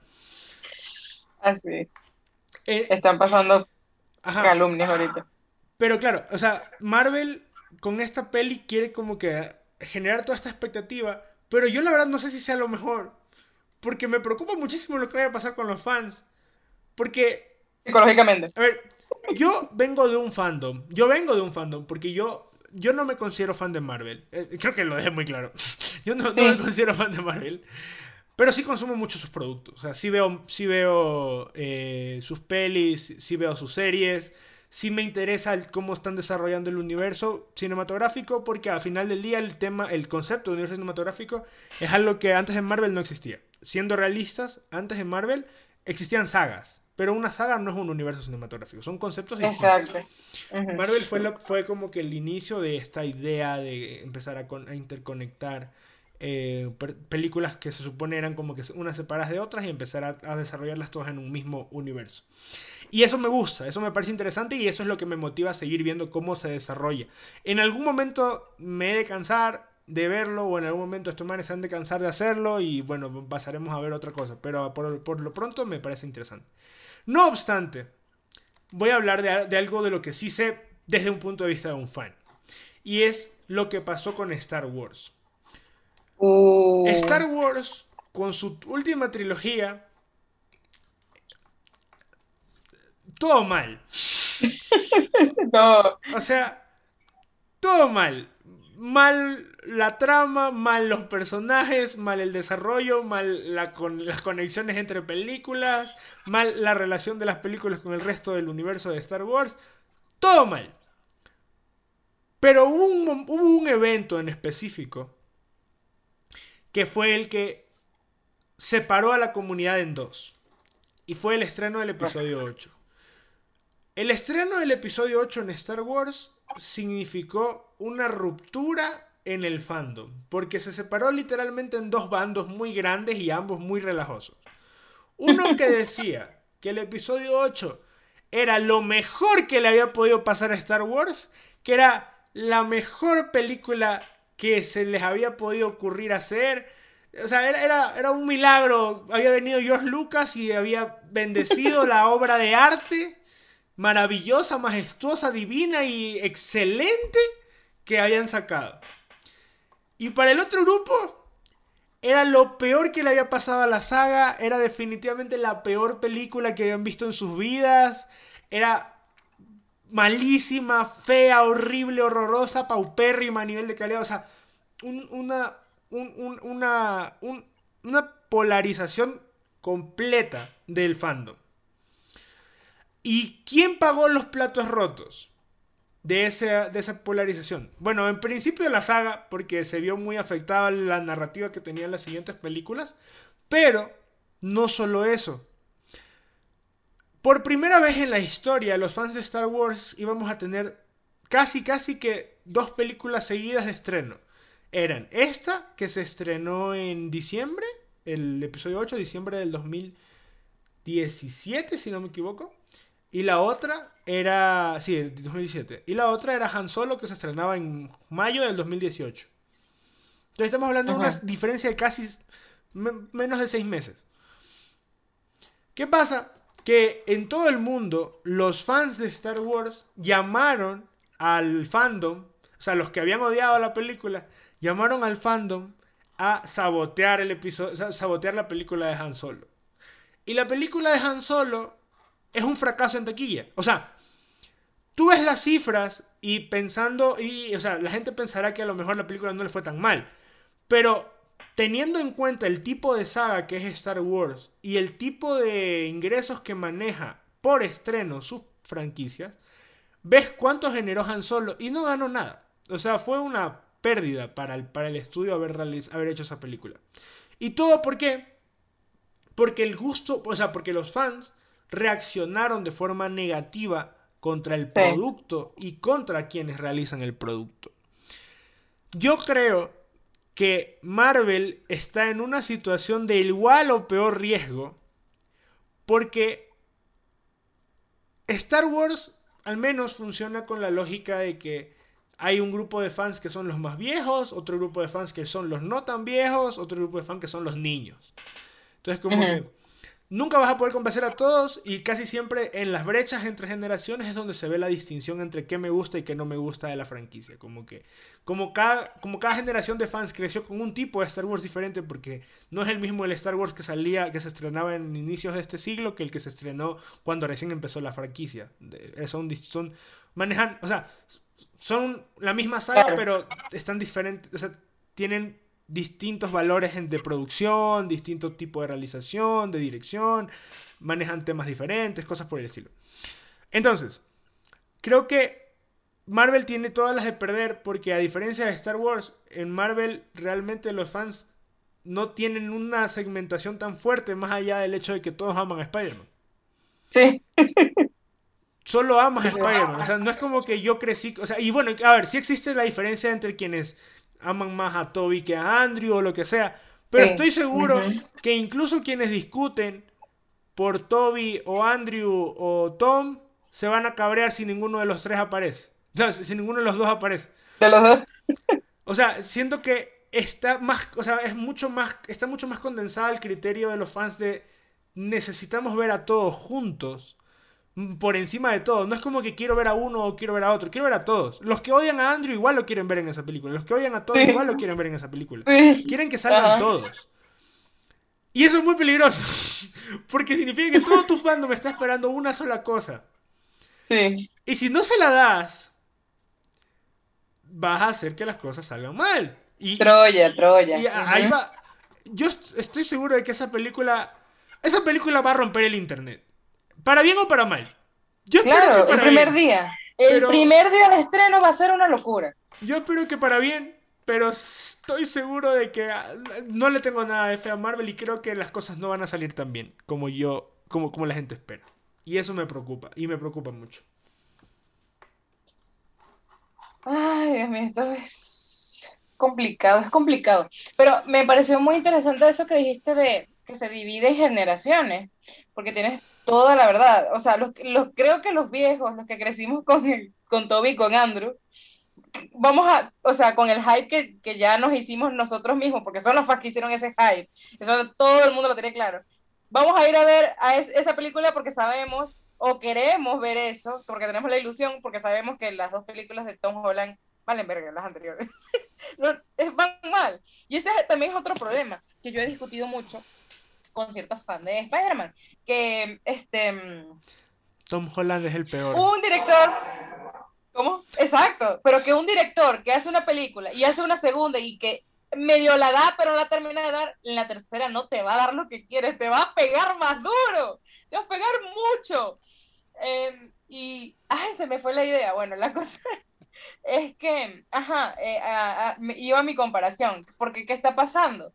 así. Eh, Están pasando ajá, calumnias ahorita. pero claro, o sea, Marvel con esta peli quiere como que generar toda esta expectativa, pero yo la verdad no sé si sea lo mejor, porque me preocupa muchísimo lo que vaya a pasar con los fans, porque, Psicológicamente. a ver, Yo vengo de un fandom. Yo vengo de un fandom porque yo, yo no me considero fan de Marvel. Eh, creo que lo dejé muy claro. Yo no, no me Sí, considero fan de Marvel. Pero sí consumo mucho sus productos. O sea, sí veo, sí veo eh, sus pelis, sí veo sus series. Sí me interesa el cómo están desarrollando el universo cinematográfico, porque al final del día el tema, el concepto de universo cinematográfico es algo que antes en Marvel no existía. Siendo realistas, antes en Marvel existían sagas, pero una saga no es un universo cinematográfico, son conceptos distintos. exacto. Ujú. Marvel fue, lo- fue como que el inicio de esta idea de empezar a, con- a interconectar eh, per- películas que se supone eran como que unas separadas de otras y empezar a, a desarrollarlas todas en un mismo universo. Y eso me gusta, eso me parece interesante y eso es lo que me motiva a seguir viendo cómo se desarrolla. En algún momento me he de cansar de verlo o en algún momento estos manes se han de cansar de hacerlo y bueno, pasaremos a ver otra cosa, pero por, por lo pronto me parece interesante. No obstante, voy a hablar de, de algo de lo que sí sé desde un punto de vista de un fan. Y es lo que pasó con Star Wars. Uh, Star Wars, con su última trilogía, todo mal. no, O sea, todo mal. Mal la trama, mal los personajes, mal el desarrollo, mal la con, las conexiones entre películas, mal la relación de las películas con el resto del universo de Star Wars. Todo mal. Pero hubo un, hubo un evento en específico que fue el que separó a la comunidad en dos. Y fue el estreno del episodio ocho. El estreno del episodio ocho en Star Wars significó una ruptura en el fandom, porque se separó literalmente en dos bandos muy grandes y ambos muy relajosos. Uno que decía que el episodio ocho era lo mejor que le había podido pasar a Star Wars, que era la mejor película que se les había podido ocurrir hacer. O sea, era, era, era un milagro. Había venido George Lucas y había bendecido la obra de arte maravillosa, majestuosa, divina y excelente que habían sacado. Y para el otro grupo, era lo peor que le había pasado a la saga. Era definitivamente la peor película que habían visto en sus vidas. Era malísima, fea, horrible, horrorosa, paupérrima a nivel de calidad. O sea, un- una, un- un- una, un- una polarización completa del fandom. ¿Y quién pagó los platos rotos de esa, de esa polarización? Bueno, en principio la saga, porque se vio muy afectada la narrativa que tenían las siguientes películas, pero no solo eso. Por primera vez en la historia, los fans de Star Wars íbamos a tener casi, casi que dos películas seguidas de estreno. Eran esta, que se estrenó en diciembre, el episodio ocho, diciembre del dos mil diecisiete, si no me equivoco. Y la otra era, sí, el dos mil diecisiete. Y la otra era Han Solo, que se estrenaba en mayo del dos mil dieciocho. Entonces estamos hablando de una ajá. diferencia de casi me- menos de seis meses. ¿Qué pasa? Que en todo el mundo los fans de Star Wars llamaron al fandom, o sea, los que habían odiado la película, llamaron al fandom a sabotear el episodio, o sea, sabotear la película de Han Solo. Y la película de Han Solo es un fracaso en taquilla. O sea, tú ves las cifras y pensando, y, o sea, la gente pensará que a lo mejor la película no le fue tan mal. Pero teniendo en cuenta el tipo de saga que es Star Wars y el tipo de ingresos que maneja por estreno sus franquicias, ves cuánto generó Han Solo y no ganó nada. O sea, fue una pérdida para el, para el estudio haber, realiz- haber hecho esa película. ¿Y todo por qué? Porque el gusto, o sea, porque los fans reaccionaron de forma negativa contra el Sí. producto y contra quienes realizan el producto. Yo creo que Marvel está en una situación de igual o peor riesgo porque Star Wars al menos funciona con la lógica de que hay un grupo de fans que son los más viejos, otro grupo de fans que son los no tan viejos, otro grupo de fans que son los niños. Entonces como Ujú. que nunca vas a poder complacer a todos y casi siempre en las brechas entre generaciones es donde se ve la distinción entre qué me gusta y qué no me gusta de la franquicia. Como que como cada, como cada generación de fans creció con un tipo de Star Wars diferente porque no es el mismo el Star Wars que salía, que se estrenaba en inicios de este siglo que el que se estrenó cuando recién empezó la franquicia. Son, son manejan, o sea, son la misma saga, Claro. pero están diferentes, o sea, tienen distintos valores de producción, distintos tipos de realización, de dirección, manejan temas diferentes, cosas por el estilo. Entonces, creo que Marvel tiene todas las de perder porque a diferencia de Star Wars, en Marvel realmente los fans no tienen una segmentación tan fuerte más allá del hecho de que todos aman a Spider-Man. Sí. Solo amas a Sí, sí. Spider-Man, o sea, no es como que yo crecí, o sea, y bueno, a ver, sí existe la diferencia entre quienes aman más a Toby que a Andrew o lo que sea, pero Sí. estoy seguro Ujú. que incluso quienes discuten por Toby o Andrew o Tom se van a cabrear si ninguno de los tres aparece. O sea, si ninguno de los dos aparece. De los dos. O sea, siento que está más, o sea, es mucho más, está mucho más condensado el criterio de los fans de necesitamos ver a todos juntos por encima de todo. No es como que quiero ver a uno o quiero ver a otro. Quiero ver a todos. Los que odian a Andrew igual lo quieren ver en esa película. Los que odian a Toby Sí. igual lo quieren ver en esa película. Sí. Quieren que salgan Ajá. todos. Y eso es muy peligroso. Porque significa que todo tu fandom está esperando una sola cosa. Sí. Y si no se la das, vas a hacer que las cosas salgan mal. Y, Troya, Troya. y ahí Ujú. va. Yo estoy seguro de que esa película. Esa película va a romper el internet. Para bien o para mal. Yo espero que Claro, el para primer bien. día. El Pero primer día de estreno va a ser una locura. yo espero que para bien, pero estoy seguro de que ah, no le tengo nada de fe a Marvel y creo que las cosas no van a salir tan bien como yo, como, como la gente espera. Y eso me preocupa, y me preocupa mucho. Ay, Dios mío, esto es complicado, es complicado. Pero me pareció muy interesante eso que dijiste de que se divide en generaciones, porque tienes toda la verdad. O sea, los, los, creo que los viejos, los que crecimos con, el, con Toby y con Andrew, vamos a, o sea, con el hype que, que ya nos hicimos nosotros mismos, porque son los fans que hicieron ese hype, eso todo el mundo lo tiene claro. Vamos a ir a ver a es, esa película porque sabemos o queremos ver eso, porque tenemos la ilusión, porque sabemos que las dos películas de Tom Holland valen verga, las anteriores. No, es, van mal. Y ese también es otro problema que yo he discutido mucho con ciertos fans de Spider-Man, que este Tom Holland es el peor. un director ¿cómo? Exacto, pero que un director que hace una película y hace una segunda y que medio la da, pero no la termina de dar, en la tercera no te va a dar lo que quieres, te va a pegar más duro, te va a pegar mucho. Eh, y, ay, se me fue la idea. Bueno, la cosa es que, ajá, eh, a, a, me, iba a mi comparación, porque ¿qué está pasando?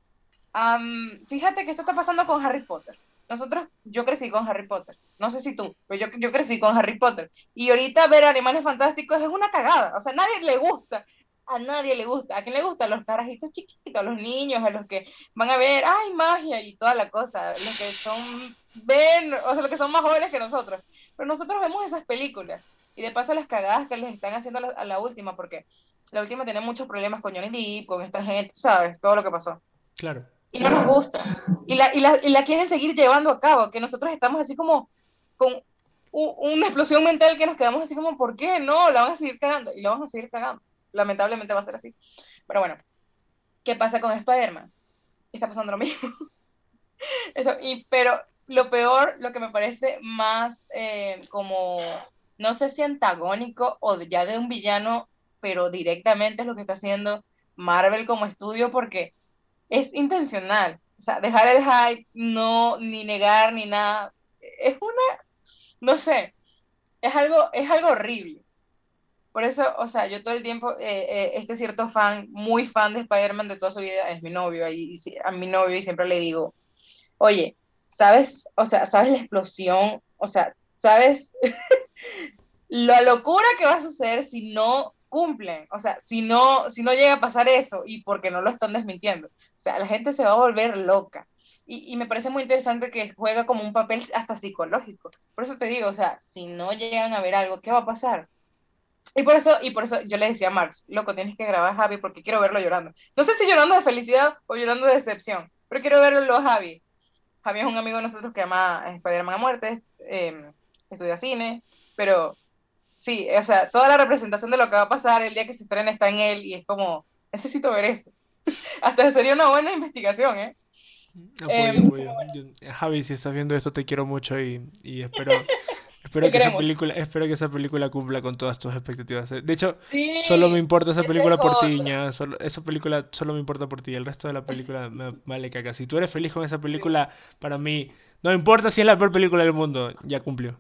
Um, fíjate que esto está pasando con Harry Potter. Nosotros, yo crecí con Harry Potter. No sé si tú, pero yo, yo crecí con Harry Potter. Y ahorita ver Animales Fantásticos es una cagada. O sea, a nadie le gusta. A nadie le gusta. ¿A quién le gusta? A los carajitos chiquitos, a los niños, a los que van a ver, ay, magia y toda la cosa. Los que son, ven, o sea, los que son más jóvenes que nosotros. Pero nosotros vemos esas películas. Y de paso las cagadas que les están haciendo a la, a la última, porque la última tiene muchos problemas con Johnny Depp, con esta gente, ¿sabes? Todo lo que pasó Claro, y sí. no nos gusta. Y la, y, la, y la quieren seguir llevando a cabo, que nosotros estamos así como con u, una explosión mental que nos quedamos así como, ¿por qué no? La van a seguir cagando y la van a seguir cagando. Lamentablemente va a ser así. Pero bueno, ¿qué pasa con Spider-Man? Está pasando lo mismo. Eso, y, pero lo peor, lo que me parece más eh, como, no sé si antagónico o ya de un villano, pero directamente es lo que está haciendo Marvel como estudio porque es intencional. O sea, dejar el hype, no, ni negar, ni nada. Es una, no sé, es algo, es algo horrible. Por eso, o sea, yo todo el tiempo, eh, eh, este cierto fan, muy fan de Spider-Man de toda su vida, es mi novio, y, y, a mi novio, y siempre le digo, oye, ¿sabes? O sea, ¿sabes la explosión? O sea, ¿sabes la locura que va a suceder si no cumplen? O sea, si no, si no llega a pasar eso y porque no lo están desmintiendo. O sea, la gente se va a volver loca. Y, y me parece muy interesante que juega como un papel hasta psicológico. Por eso te digo, o sea, si no llegan a ver algo, ¿qué va a pasar? Y por eso, y por eso yo le decía a Marx, loco, tienes que grabar a Javi porque quiero verlo llorando. No sé si llorando de felicidad o llorando de decepción, pero quiero verlo a Javi. Javi es un amigo de nosotros que ama Spider-Man a muerte, eh, estudia cine, pero sí, o sea, toda la representación de lo que va a pasar el día que se estrena está en él y es como, necesito ver eso. Hasta sería una buena investigación, ¿eh? Apoyo, Eh, apoyo. Yo- Javi, si estás viendo esto, te quiero mucho y, y espero, espero Te que esa queremos. película, espero que esa película cumpla con todas tus expectativas. Eh, De hecho, solo me Sí, importa esa esa es película por ti, otra. ña. Solo, esa película solo me importa por ti. El resto de la película me vale caca. Si tú eres feliz con esa película, para mí, no importa si es la peor película del mundo, ya cumplió.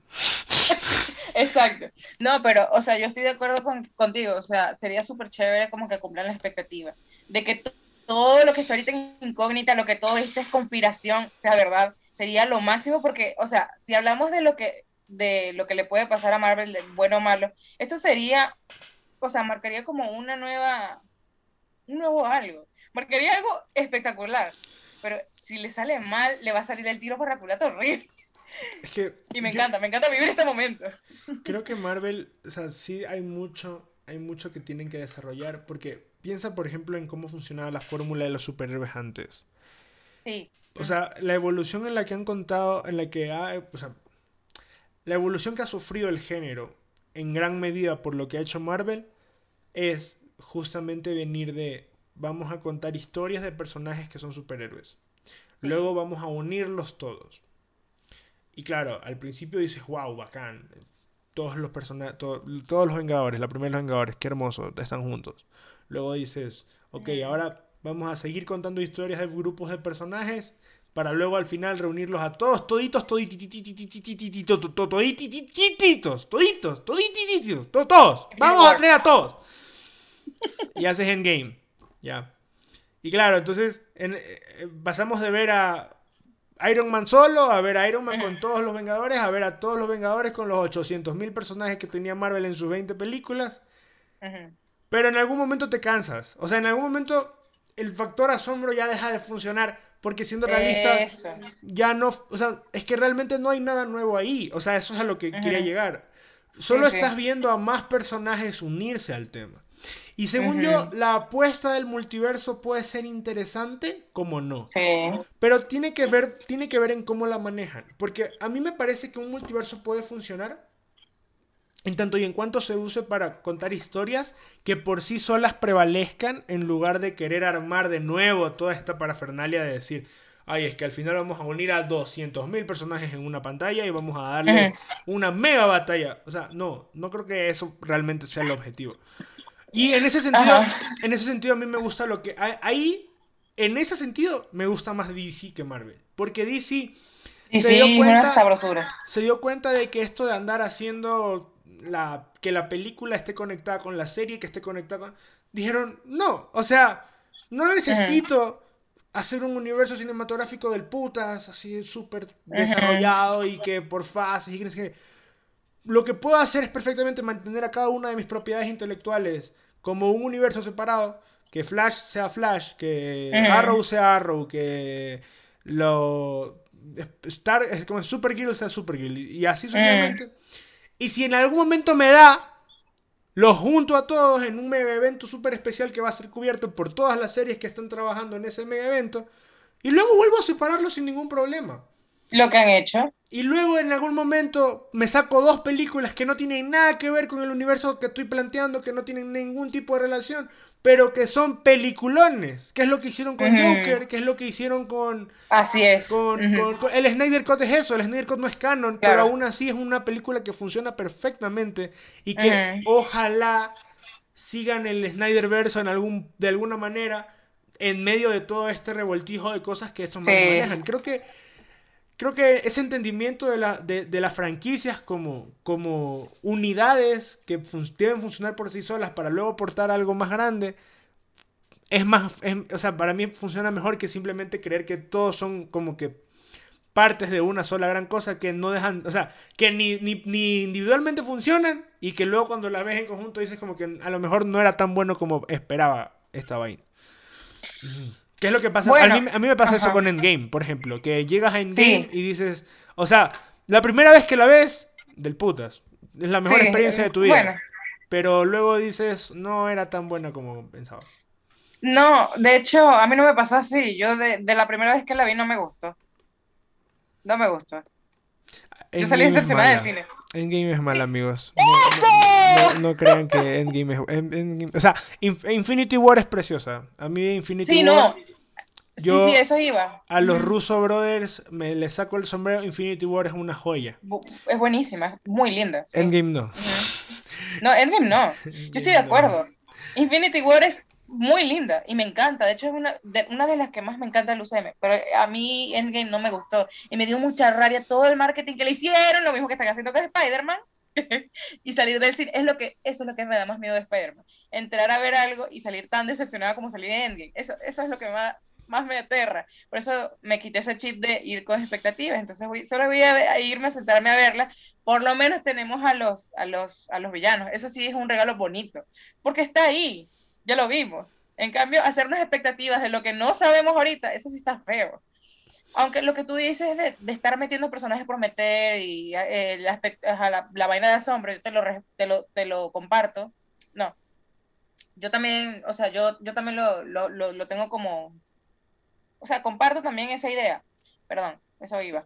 Exacto. No, pero, o sea, yo estoy de acuerdo con, contigo. O sea, sería súper chévere como que cumplan la expectativa de que to- todo lo que está ahorita en incógnita, lo que todo esto es conspiración, sea verdad. Sería lo máximo porque, o sea, si hablamos de lo que, de lo que le puede pasar a Marvel, de bueno o malo, esto sería, o sea, marcaría como una nueva, un nuevo algo. Marcaría algo espectacular. Pero si le sale mal, le va a salir el tiro por la culata horrible. Es que Y me yo encanta, me encanta vivir este momento. creo que Marvel, o sea, sí hay mucho, hay mucho que tienen que desarrollar, porque piensa, por ejemplo, en cómo funcionaba la fórmula de los superhéroes antes. Sí. O sea, la evolución en la que han contado, en la que ha, o sea, la evolución que ha sufrido el género, en gran medida por lo que ha hecho Marvel, es justamente venir de, vamos a contar historias de personajes que son superhéroes. Sí. Luego vamos a unirlos todos. Y claro, al principio dices, wow, bacán. Todos los personajes, to todos los Vengadores, la primera de los Vengadores, qué hermoso, están juntos. Luego dices, ok, Ujú. ahora vamos a seguir contando historias de grupos de personajes para luego al final reunirlos a todos, toditos, toditititititititititos, toditititititos, toditos, todititititos, todos, Infinity vamos a War. traer a todos. Y haces Endgame, ya. Y claro, entonces en, eh, pasamos de ver a Iron Man solo, a ver a Iron Man Ujú, con todos los Vengadores, a ver a todos los Vengadores con los ochocientos mil personajes que tenía Marvel en sus veinte películas. ujú. Pero en algún momento te cansas. O sea, en algún momento el factor asombro ya deja de funcionar. Porque siendo realistas, Eso. ya no. O sea, es que realmente no hay nada nuevo ahí. O sea, eso es a lo que quería Ujú. llegar. Sí, Solo sí. estás viendo a más personajes unirse al tema. Y según yo, Ujú. la apuesta del multiverso puede ser interesante, como no. Sí. Pero tiene que ver, tiene que ver en cómo la manejan. Porque a mí me parece que un multiverso puede funcionar en tanto y en cuanto se use para contar historias que por sí solas prevalezcan en lugar de querer armar de nuevo toda esta parafernalia de decir, ay, es que al final vamos a unir a doscientos mil personajes en una pantalla y vamos a darle Ujú. una mega batalla. O sea, no, no creo que eso realmente sea el objetivo. Y en ese Ajá. sentido, en ese sentido a mí me gusta lo que... Ahí, en ese sentido, me gusta más D C que Marvel. Porque D C Y se dio sí, es una cuenta, sabrosura. se dio cuenta de que esto de andar haciendo la, que la película esté conectada con la serie, que esté conectada con... Dijeron, no, o sea, no Ujú, necesito hacer un universo cinematográfico del putas, así súper ujú, desarrollado y que por fases y que no sé qué. Lo que puedo hacer es perfectamente mantener a cada una de mis propiedades intelectuales como un universo separado, que Flash sea Flash, que ujú, Arrow sea Arrow, que lo Star, como Supergirl sea Supergirl y así ujú. sucesivamente. Y si en algún momento me da, los junto a todos en un mega evento súper especial que va a ser cubierto por todas las series que están trabajando en ese mega evento. Y luego vuelvo a separarlos sin ningún problema. Lo que han hecho. Y luego en algún momento me saco dos películas que no tienen nada que ver con el universo que estoy planteando, que no tienen ningún tipo de relación, pero que son peliculones. Que es lo que hicieron con Ujú. Joker, que es lo que hicieron con, Así es. con, Ujú. con, con- El Snyder Cut es eso, el Snyder Cut no es canon, pero Claro. aún así es una película que funciona perfectamente y que Ujú. ojalá sigan el Snyderverse en algún, de alguna manera en medio de todo este revoltijo de cosas que estos manes Sí. manejan. Creo que creo que ese entendimiento de, la, de, de las franquicias como, como unidades que fun deben funcionar por sí solas para luego aportar algo más grande, es más, es, o sea, para mí funciona mejor que simplemente creer que todos son como que partes de una sola gran cosa que no dejan, o sea, que ni, ni, ni individualmente funcionan y que luego cuando la ves en conjunto dices como que a lo mejor no era tan bueno como esperaba esta vaina. ¿Qué es lo que pasa? A Bueno, mí, a mí me pasa eso ajá. con Endgame, por ejemplo. Que llegas a Endgame Sí, y dices, o sea, la primera vez que la ves, del putas. Es la sí. mejor experiencia eh, de tu vida. Bueno, Pero luego dices, no era tan buena como pensaba. no, de hecho, a mí no me pasó así. Yo de, de la primera vez que la vi no me gustó. No me gustó. Yo salí Endgame es decepcionada del mala. cine. Endgame es mala, amigos. No, no, no, ¡Eso! no crean que Endgame es... En- Endgame- o sea, Inf- Infinity War es preciosa. A mí Infinity Sí, War, no. Sí, sí, yo eso iba. a los Ujú. Russo Brothers me le saco el sombrero. Infinity War es una joya. Bu- Es buenísima, muy linda, sí. Endgame no. Ujú. No, Endgame no. Yo estoy de Endgame no. acuerdo. Infinity War es muy linda y me encanta. De hecho, es una de, una de las que más me encanta del U C M. Pero a mí Endgame no me gustó. Y me dio mucha rabia todo el marketing que le hicieron, lo mismo que están haciendo con Spider-Man. Y salir del cine. Es lo que, eso es lo que me da más miedo de Spider-Man. Entrar a ver algo y salir tan decepcionada como salí de Endgame. Eso, eso es lo que más, más me aterra. Por eso me quité ese chip de ir con expectativas. Entonces voy, solo voy a, a irme a sentarme a verla. Por lo menos tenemos a los, a, los, a los villanos. Eso sí es un regalo bonito, porque está ahí, ya lo vimos. En cambio, hacernos expectativas de lo que no sabemos ahorita, eso sí está feo. Aunque lo que tú dices de, de estar metiendo personajes por meter y eh, la, la, la, vaina de asombro, yo te lo, te lo, te lo comparto. No, yo también, o sea, yo, yo también lo, lo, lo, lo tengo como, o sea, comparto también esa idea. Perdón, eso iba.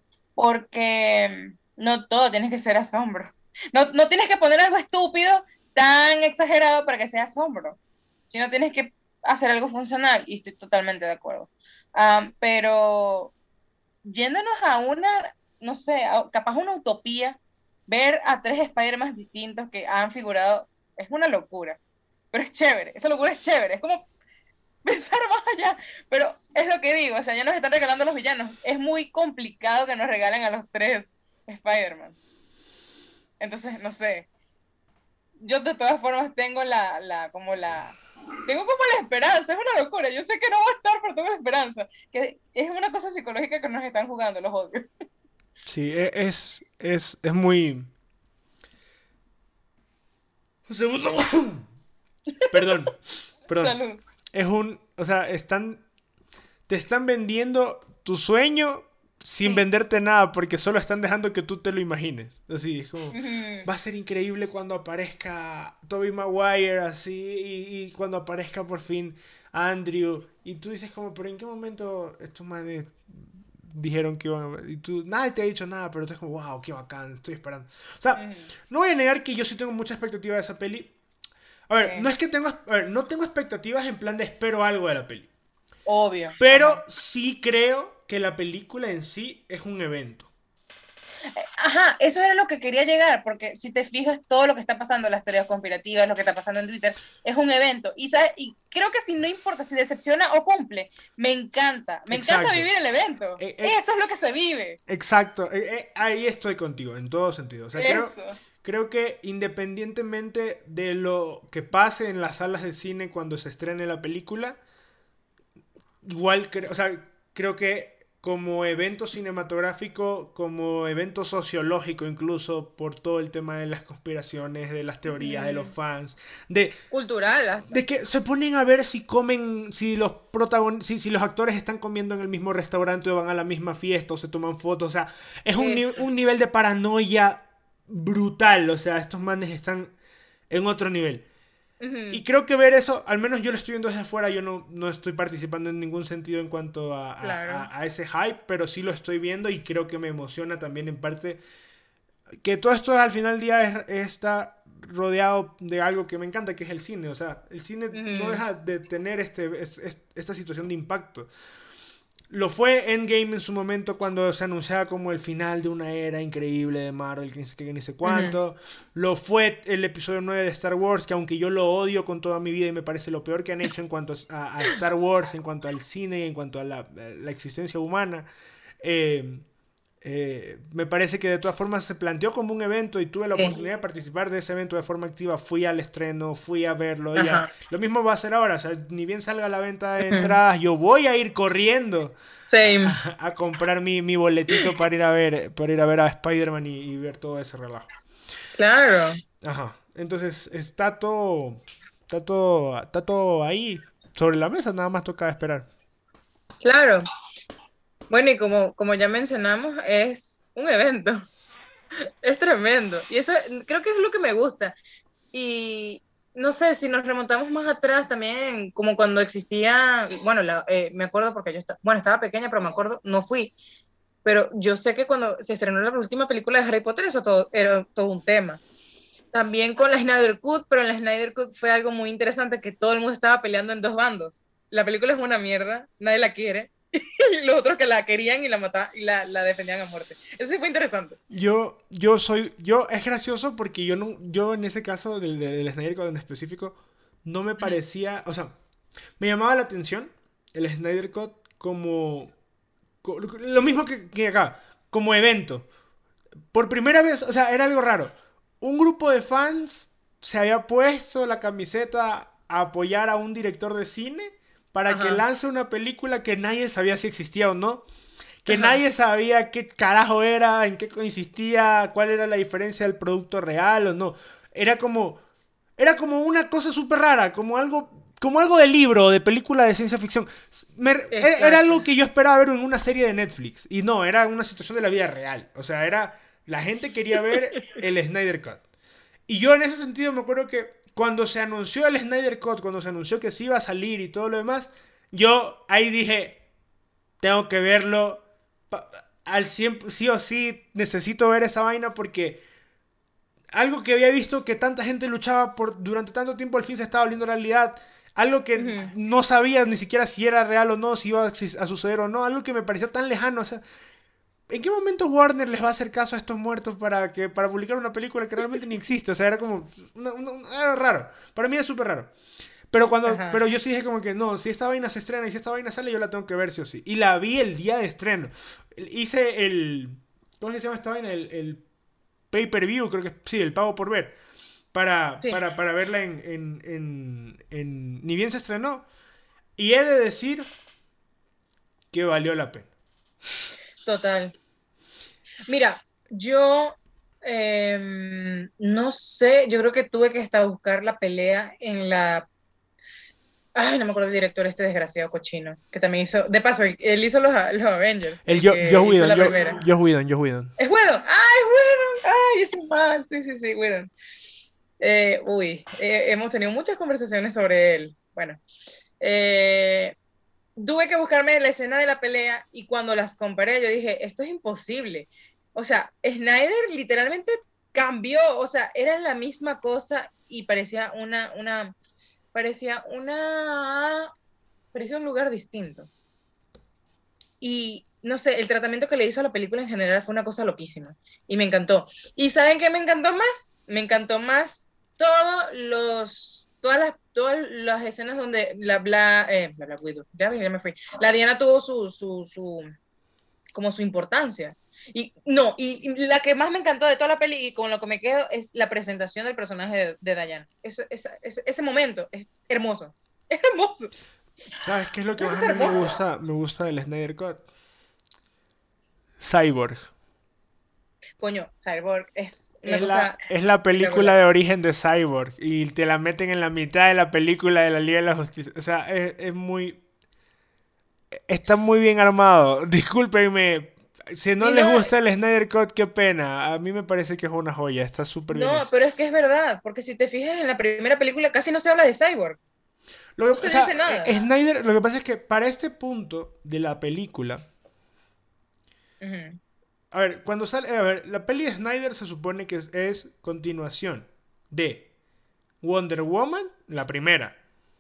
Porque no todo tiene que ser asombro. No, no tienes que poner algo estúpido tan exagerado para que sea asombro, sino tienes que hacer algo funcional y estoy totalmente de acuerdo. Um, pero yéndonos a una, no sé, a, capaz una utopía, ver a tres Spider-Man distintos que han figurado es una locura, pero es chévere, esa locura es chévere, es como pensar más allá, pero es lo que digo, o sea, ya nos están regalando los villanos, es muy complicado que nos regalen a los tres Spider-Man, entonces, no sé, yo de todas formas tengo la, la, como la, tengo como la esperanza, es una locura, yo sé que no va a estar, pero tengo la esperanza, que es una cosa psicológica que nos están jugando, los odios. Sí, e- es, es, es muy... Un segundo. Perdón, perdón. Salud. Es un... O sea, están... Te están vendiendo tu sueño sin Sí. venderte nada porque solo están dejando que tú te lo imagines. Así, es como... Ujú. Va a ser increíble cuando aparezca Tobey Maguire así y, y cuando aparezca por fin Andrew. Y tú dices como, pero ¿en qué momento estos manes dijeron que iban a ver? Y tú, nadie te ha dicho nada, pero tú es como, wow, qué bacán, estoy esperando. O sea, Ujú. no voy a negar que yo sí tengo mucha expectativa de esa peli. A ver, no Sí. es que tengo, a ver, no tengo expectativas en plan de espero algo de la peli. Obvio. Pero Ajá. sí creo que la película en sí es un evento. Ajá, eso era lo que quería llegar, porque si te fijas, todo lo que está pasando, las teorías conspirativas, lo que está pasando en Twitter, es un evento. Y, ¿sabes? Y creo que si no importa si decepciona o cumple, me encanta. Me encanta Exacto. vivir el evento. Eh, eh, Eso es lo que se vive. exacto. Eh, eh, ahí estoy contigo, en todo sentido. O sea, creo, Eso. creo que independientemente de lo que pase en las salas de cine cuando se estrene la película, igual, creo, o sea, creo que como evento cinematográfico, como evento sociológico incluso, por todo el tema de las conspiraciones, de las teorías, de los Ujú. fans, de, Cultural hasta. de que se ponen a ver si comen, si los protagon si, si los actores están comiendo en el mismo restaurante o van a la misma fiesta o se toman fotos, o sea, es un, ni- Eso. un nivel de paranoia brutal, o sea, estos manes están en otro nivel. Y Ujú. creo que ver eso, al menos yo lo estoy viendo desde afuera, yo no, no estoy participando en ningún sentido en cuanto a, a, Claro. a- a ese hype, pero sí lo estoy viendo y creo que me emociona también en parte que todo esto al final del día es- está rodeado de algo que me encanta, que es el cine. O sea, el cine no Ujú. deja de tener este, es- es- esta situación de impacto. Lo fue Endgame en su momento cuando se anunciaba como el final de una era increíble de Marvel, que ni sé qué, que ni sé Ujú. cuánto. Lo fue el episodio nueve de Star Wars, que aunque yo lo odio con toda mi vida y me parece lo peor que han hecho en cuanto a, a Star Wars, en cuanto al cine, en cuanto a la, a la existencia humana, eh, eh, me parece que de todas formas se planteó como un evento y tuve la Sí. oportunidad de participar de ese evento de forma activa. Fui al estreno, fui a verlo. Y a- Ajá. lo mismo va a ser ahora. O sea, ni bien salga la venta de Ujú. entradas, yo voy a ir corriendo Same. a, a- a comprar mi, mi boletito para ir a ver, para ir a ver a Spider-Man y, y ver todo ese relajo. Claro. Ajá. Entonces está todo, está todo, está todo ahí sobre la mesa. Nada más toca esperar. Claro. Bueno, y como, como ya mencionamos, es un evento. Es tremendo. Y eso creo que es lo que me gusta. Y no sé, si nos remontamos más atrás también, como cuando existía, bueno, la- eh, me acuerdo porque yo estaba, bueno, estaba pequeña, pero me acuerdo, no fui, pero yo sé que cuando se estrenó la última película de Harry Potter, eso todo, era todo un tema. También con la Snyder Cut, pero en la Snyder Cut fue algo muy interesante, que todo el mundo estaba peleando en dos bandos. La película es una mierda, nadie la quiere, y los otros que la querían y la mataban y la, la defendían a muerte. Eso sí fue interesante. Yo, yo soy, yo, es gracioso porque yo no, yo en ese caso del, del, del Snyder Cut en específico, no me parecía, o sea, me llamaba la atención el Snyder Cut como, co- lo mismo que, que acá, como evento. Por primera vez, o sea, era algo raro. Un grupo de fans se había puesto la camiseta a apoyar a un director de cine para que Ajá, lance una película que nadie sabía si existía o no, que ajá, nadie sabía qué carajo era, en qué consistía, cuál era la diferencia del producto real o no. Era como, era como una cosa súper rara, como algo, como algo de libro, de película de ciencia ficción. Me- era era exacto. algo que yo esperaba ver en una serie de Netflix. Y no, era una situación de la vida real. O sea, era, la gente quería ver el Snyder Cut. Y yo en ese sentido me acuerdo que cuando se anunció el Snyder Cut, cuando se anunció que sí iba a salir y todo lo demás, yo ahí dije, tengo que verlo pa- al cien, sí o sí, necesito ver esa vaina porque algo que había visto que tanta gente luchaba por durante tanto tiempo al fin se estaba volviendo realidad, algo que Ujú. no sabía ni siquiera si era real o no, si iba a, a suceder o no, algo que me parecía tan lejano, o sea, ¿en qué momento Warner les va a hacer caso a estos muertos para que para publicar una película que realmente ni existe? O sea, era como una- una- una- era raro. Para mí es súper raro. Pero cuando, Ajá. pero yo sí dije como que no, si esta vaina se estrena y si esta vaina sale, yo la tengo que ver sí o sí. Y la vi el día de estreno. Hice el, ¿cómo se llama esta vaina? El, el pay-per-view, creo que sí, el pago por ver. Para, Sí, para, para verla en, en, en, en- ni bien se estrenó. Y he de decir que valió la pena. total. Mira, yo em, no sé, yo creo que tuve que hasta buscar la pelea en la... Ay, no me acuerdo el director, este desgraciado cochino, que también hizo, de paso, él, él hizo los, los Avengers, El el Joe que hizo Whedon, la Joe, primera. Joe Whedon, Joe Whedon. Es Whedon, ay, Whedon, ay, ese mal, sí, sí, sí, Whedon. Eh, uy, eh, hemos tenido muchas conversaciones sobre él. Bueno, eh, tuve que buscarme la escena de la pelea y cuando las comparé yo dije, esto es imposible. O sea, Snyder literalmente cambió, o sea, era la misma cosa y parecía una, una, parecía una, parecía un lugar distinto. Y no sé, el tratamiento que le hizo a la película en general fue una cosa loquísima y me encantó. ¿Y saben qué me encantó más? Me encantó más todos los, todas las, todas las escenas donde la Bla, eh, Bla, Bla Widow, ya, ya me fui. La Diana tuvo su, su, su, como su importancia. Y no, y, y la que más me encantó de toda la peli y con lo que me quedo es la presentación del personaje de, de Diana. Eso, esa, ese, ese momento es hermoso. Es hermoso. ¿Sabes qué es lo que Una más a cosa mí me hermosa. gusta? Me gusta del Snyder Cut. Cyborg. Coño, Cyborg es una Es la, cosa es la película espectacular. de origen de Cyborg. Y te la meten en la mitad de la película de la Liga de la Justicia. O sea, es, es muy. Está muy bien armado. Discúlpenme. Si no Sí, les no, gusta el Snyder Cut, qué pena. A mí me parece que es una joya. Está súper bien no, hecho. pero es que es verdad, porque si te fijas en la primera película casi no se habla de Cyborg, no Lo que, o se sea, dice nada. eh, Snyder, lo que pasa es que para este punto de la película. Ujú. A ver, cuando sale. A ver, la peli de Snyder se supone que es, es continuación de Wonder Woman, la primera.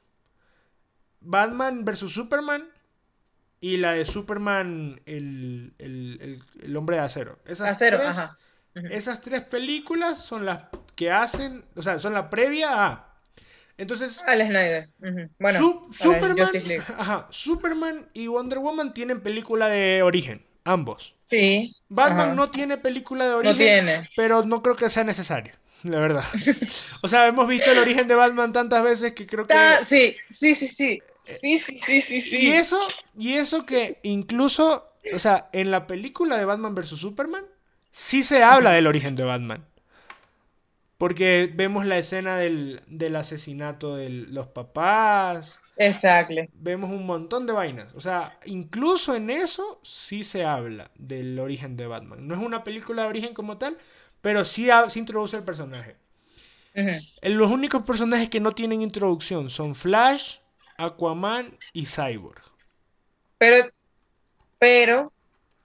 Batman versus Superman y la de Superman, el, el, el, el hombre de acero. Esas Acero, tres, ajá. Ujú. esas tres películas son las que hacen, o sea, son la previa a. Entonces, Al Snyder. Ujú. Bueno, su, a la Superman, Justice League. ajá, Superman y Wonder Woman tienen película de origen, ambos. Sí, Batman ajá. no tiene película de No origen, tiene. pero no creo que sea necesario, la verdad. O sea, hemos visto el origen de Batman tantas veces que creo Ta- que sí, sí, sí, sí. Sí, sí, sí, sí, Y sí. eso, y eso que incluso, o sea, en la película de Batman versus Superman, sí se habla Ujú. del origen de Batman. Porque vemos la escena del, del asesinato de los papás, Exacto. vemos un montón de vainas. O sea, incluso en eso sí se habla del origen de Batman. No es una película de origen como tal, pero sí ha- se introduce el personaje. Ujú. Eh, Los únicos personajes que no tienen introducción son Flash, Aquaman y Cyborg. Pero, pero,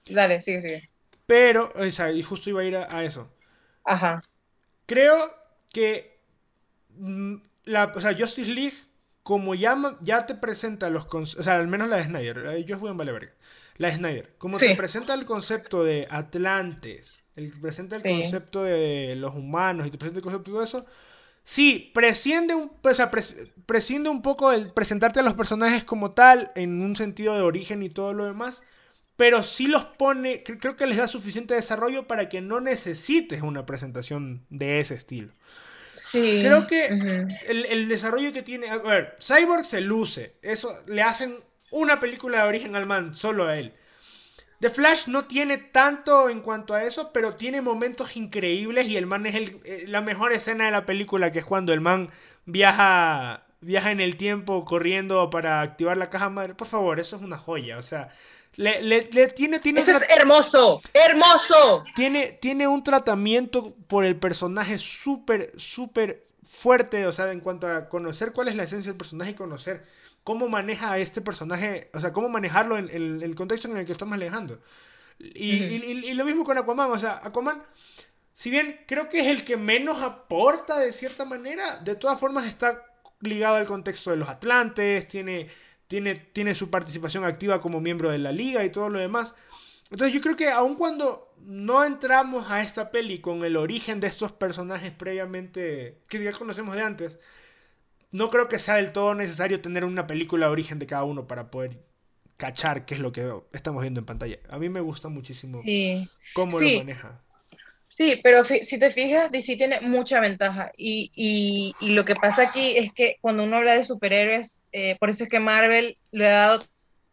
Dale, sigue, sigue. Pero, o sea, y justo iba a ir a, a eso. Ajá. Creo que mm, la, o sea, Justice League, como ya, ma- ya te presenta los conceptos, o sea, al menos la de Snyder, la de Joss Whedon vale verga. La de Snyder, como te Sí, presenta el concepto de Atlantes, el, presenta el sí. concepto de los humanos y te presenta el concepto de todo eso, sí, presciende un, o sea, pres- prescinde un poco del presentarte a los personajes como tal, en un sentido de origen y todo lo demás, pero sí los pone, cre- creo que les da suficiente desarrollo para que no necesites una presentación de ese estilo. Sí. Creo que Ujú. el, el desarrollo que tiene, a ver, Cyborg se luce, eso le hacen una película de origen al man, solo a él. The Flash no tiene tanto en cuanto a eso, pero tiene momentos increíbles y el man es el, eh, la mejor escena de la película, que es cuando el man viaja, viaja en el tiempo corriendo para activar la caja madre. Por favor, eso es una joya. O sea, le, le- le tiene, tiene, un Eso es tra- hermoso, hermoso. tiene, tiene un tratamiento por el personaje súper, súper fuerte. O sea, en cuanto a conocer cuál es la esencia del personaje y conocer cómo maneja a este personaje, o sea, cómo manejarlo en, en el contexto en el que estamos manejando. Y, Ujú. y- y lo mismo con Aquaman, o sea, Aquaman, si bien creo que es el que menos aporta de cierta manera, de todas formas está ligado al contexto de los Atlantes, tiene, tiene, tiene su participación activa como miembro de la liga y todo lo demás. Entonces yo creo que aun cuando no entramos a esta peli con el origen de estos personajes previamente, que ya conocemos de antes, no creo que sea del todo necesario tener una película de origen de cada uno para poder cachar qué es lo que estamos viendo en pantalla. A mí me gusta muchísimo Sí, cómo lo sí, maneja. sí, pero fi- si te fijas, D C tiene mucha ventaja. Y, y, y lo que pasa aquí es que cuando uno habla de superhéroes, eh, por eso es que Marvel le ha dado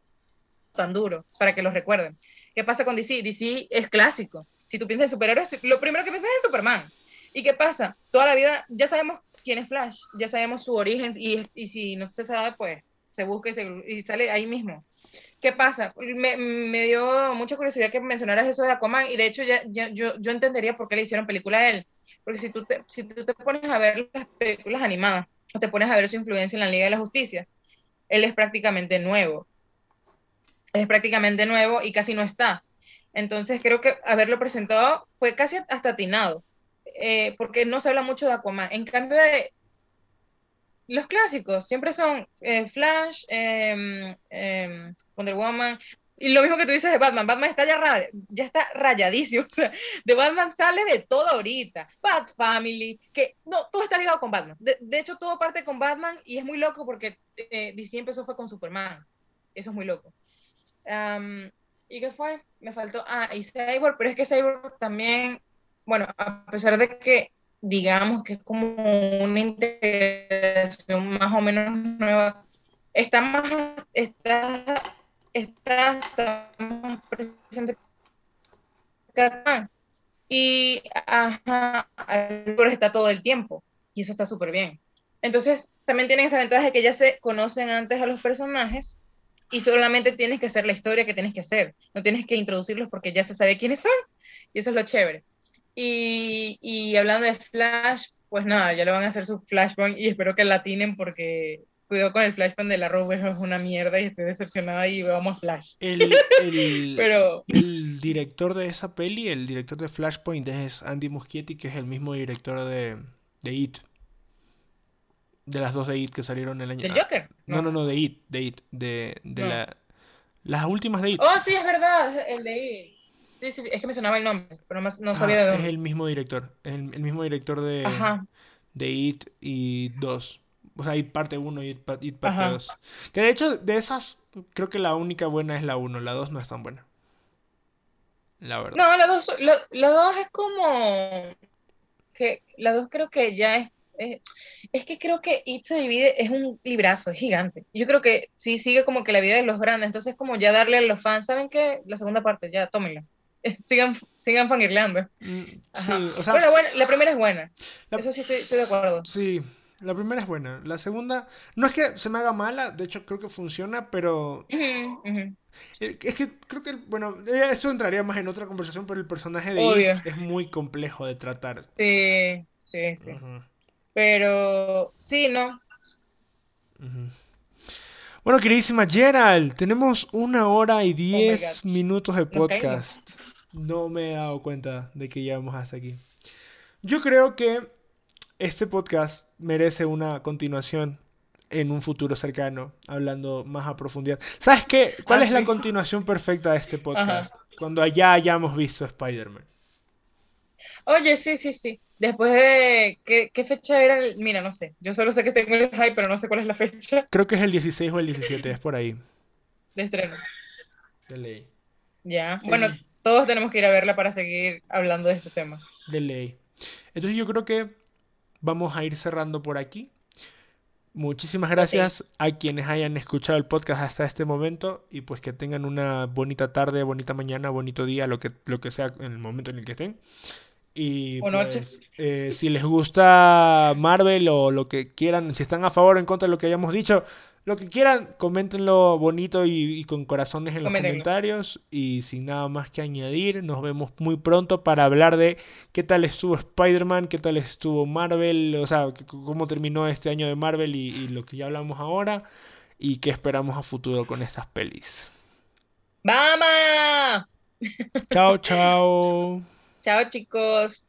tan duro, para que los recuerden. ¿Qué pasa con D C? D C es clásico. Si tú piensas en superhéroes, lo primero que piensas es en Superman. ¿Y qué pasa? Toda la vida ya sabemos quién es Flash, ya sabemos su origen y, y si no se sabe, pues se busca y, se, y sale ahí mismo. ¿Qué pasa? Me, me, dio mucha curiosidad que mencionaras eso de Aquaman y de hecho ya, ya, yo, yo entendería por qué le hicieron película a él. Porque si tú, te, si tú te pones a ver las películas animadas o te pones a ver su influencia en la Liga de la Justicia, él es prácticamente nuevo. Es prácticamente nuevo y casi no está. Entonces creo que haberlo presentado fue casi hasta atinado, eh, porque no se habla mucho de Aquaman. En cambio de los clásicos, siempre son eh, Flash, eh, eh, Wonder Woman, y lo mismo que tú dices de Batman. Batman está ya, ra ya está rayadísimo. O sea, de Batman sale de todo ahorita. Bat Family, que no, todo está ligado con Batman. De, de hecho, todo parte con Batman y es muy loco porque eh, D C empezó fue con Superman. Eso es muy loco. Um, ¿Y qué fue? Me faltó. Ah, y Cyborg, pero es que Cyborg también, bueno, a pesar de que digamos que es como una integración más o menos nueva, está más, está, está, está más presente que Batman. Y ajá, Cyborg está todo el tiempo, y eso está súper bien. Entonces, también tienen esa ventaja de que ya se conocen antes a los personajes y solamente tienes que hacer la historia que tienes que hacer. No tienes que introducirlos porque ya se sabe quiénes son. Y eso es lo chévere. Y, y hablando de Flash, pues nada, ya le van a hacer su Flashpoint y espero que la atinen porque cuidado con el Flashpoint de la Rogue, es una mierda y estoy decepcionada y vamos a Flash. El, el, Pero, el director de esa peli, el director de Flashpoint, es Andy Muschietti, que es el mismo director de, de It. De las dos de It que salieron el año... ¿del ah, Joker? no, No, no, no, de It, de It, de, de no. la... Las últimas de It. Oh, sí, es verdad, el de ahí. Sí, sí, sí, es que me sonaba el nombre, pero más no sabía Ajá, de es dónde. el mismo director. Es el, el mismo director de, Ajá, de It y dos. O sea, It parte uno y It, pa- It parte ajá. dos. Que de hecho, de esas, creo que la única buena es la uno. La dos no es tan buena. La verdad. No, la dos, la, la dos es como que la dos creo que ya es, es, es que creo que It se divide, es un librazo, es gigante. Yo creo que sí sigue como que la vida de los grandes, entonces como ya darle a los fans, ¿saben qué? La segunda parte, ya tómenla. Sigan, sigan fangirleando. Mm, Ajá. sí, o sea, Bueno, la, buena, la primera es buena. la, Eso sí estoy, estoy de acuerdo. sí, la primera es buena. La segunda, no es que se me haga mala, de hecho creo que funciona, pero Ujú, ujú. eh, es que creo que, bueno, eh, eso entraría más en otra conversación, pero el personaje de Obvio. It es muy complejo de tratar. Sí, sí, sí. Ujú, Pero sí, no. ujú. Bueno, queridísima Gerald, tenemos una hora y Oh my diez gosh. minutos de Nos caímos. podcast. No me he dado cuenta de que llevamos hasta aquí. Yo creo que este podcast merece una continuación en un futuro cercano, hablando más a profundidad. ¿Sabes qué? ¿Cuál Ah, es la sí. continuación perfecta de este Ajá. podcast? Cuando allá hayamos visto Spider-Man. Oye, sí, sí, sí. Después de... ¿Qué, qué fecha era? el- Mira, no sé. Yo solo sé que tengo el hype, pero no sé cuál es la fecha Creo que es el dieciséis o el diecisiete, es por ahí. de estreno. De ley. Ya. Bueno, Sí, todos tenemos que ir a verla para seguir hablando de este tema. de ley. Entonces yo creo que vamos a ir cerrando por aquí. Muchísimas Ok. gracias a quienes hayan escuchado el podcast hasta este momento y pues que tengan una bonita tarde, bonita mañana, bonito día, lo que, lo que sea en el momento en el que estén. Y O noche. pues eh, si les gusta Marvel o lo que quieran, si están a favor o en contra de lo que hayamos dicho, lo que quieran, coméntenlo bonito y, y con corazones en los Coméntenlo. comentarios. Y sin nada más que añadir, nos vemos muy pronto para hablar de qué tal estuvo Spider-Man, qué tal estuvo Marvel, o sea, c- cómo terminó este año de Marvel y, y lo que ya hablamos ahora y qué esperamos a futuro con estas pelis. ¡Vamos! Chao, chao. Chao, chicos.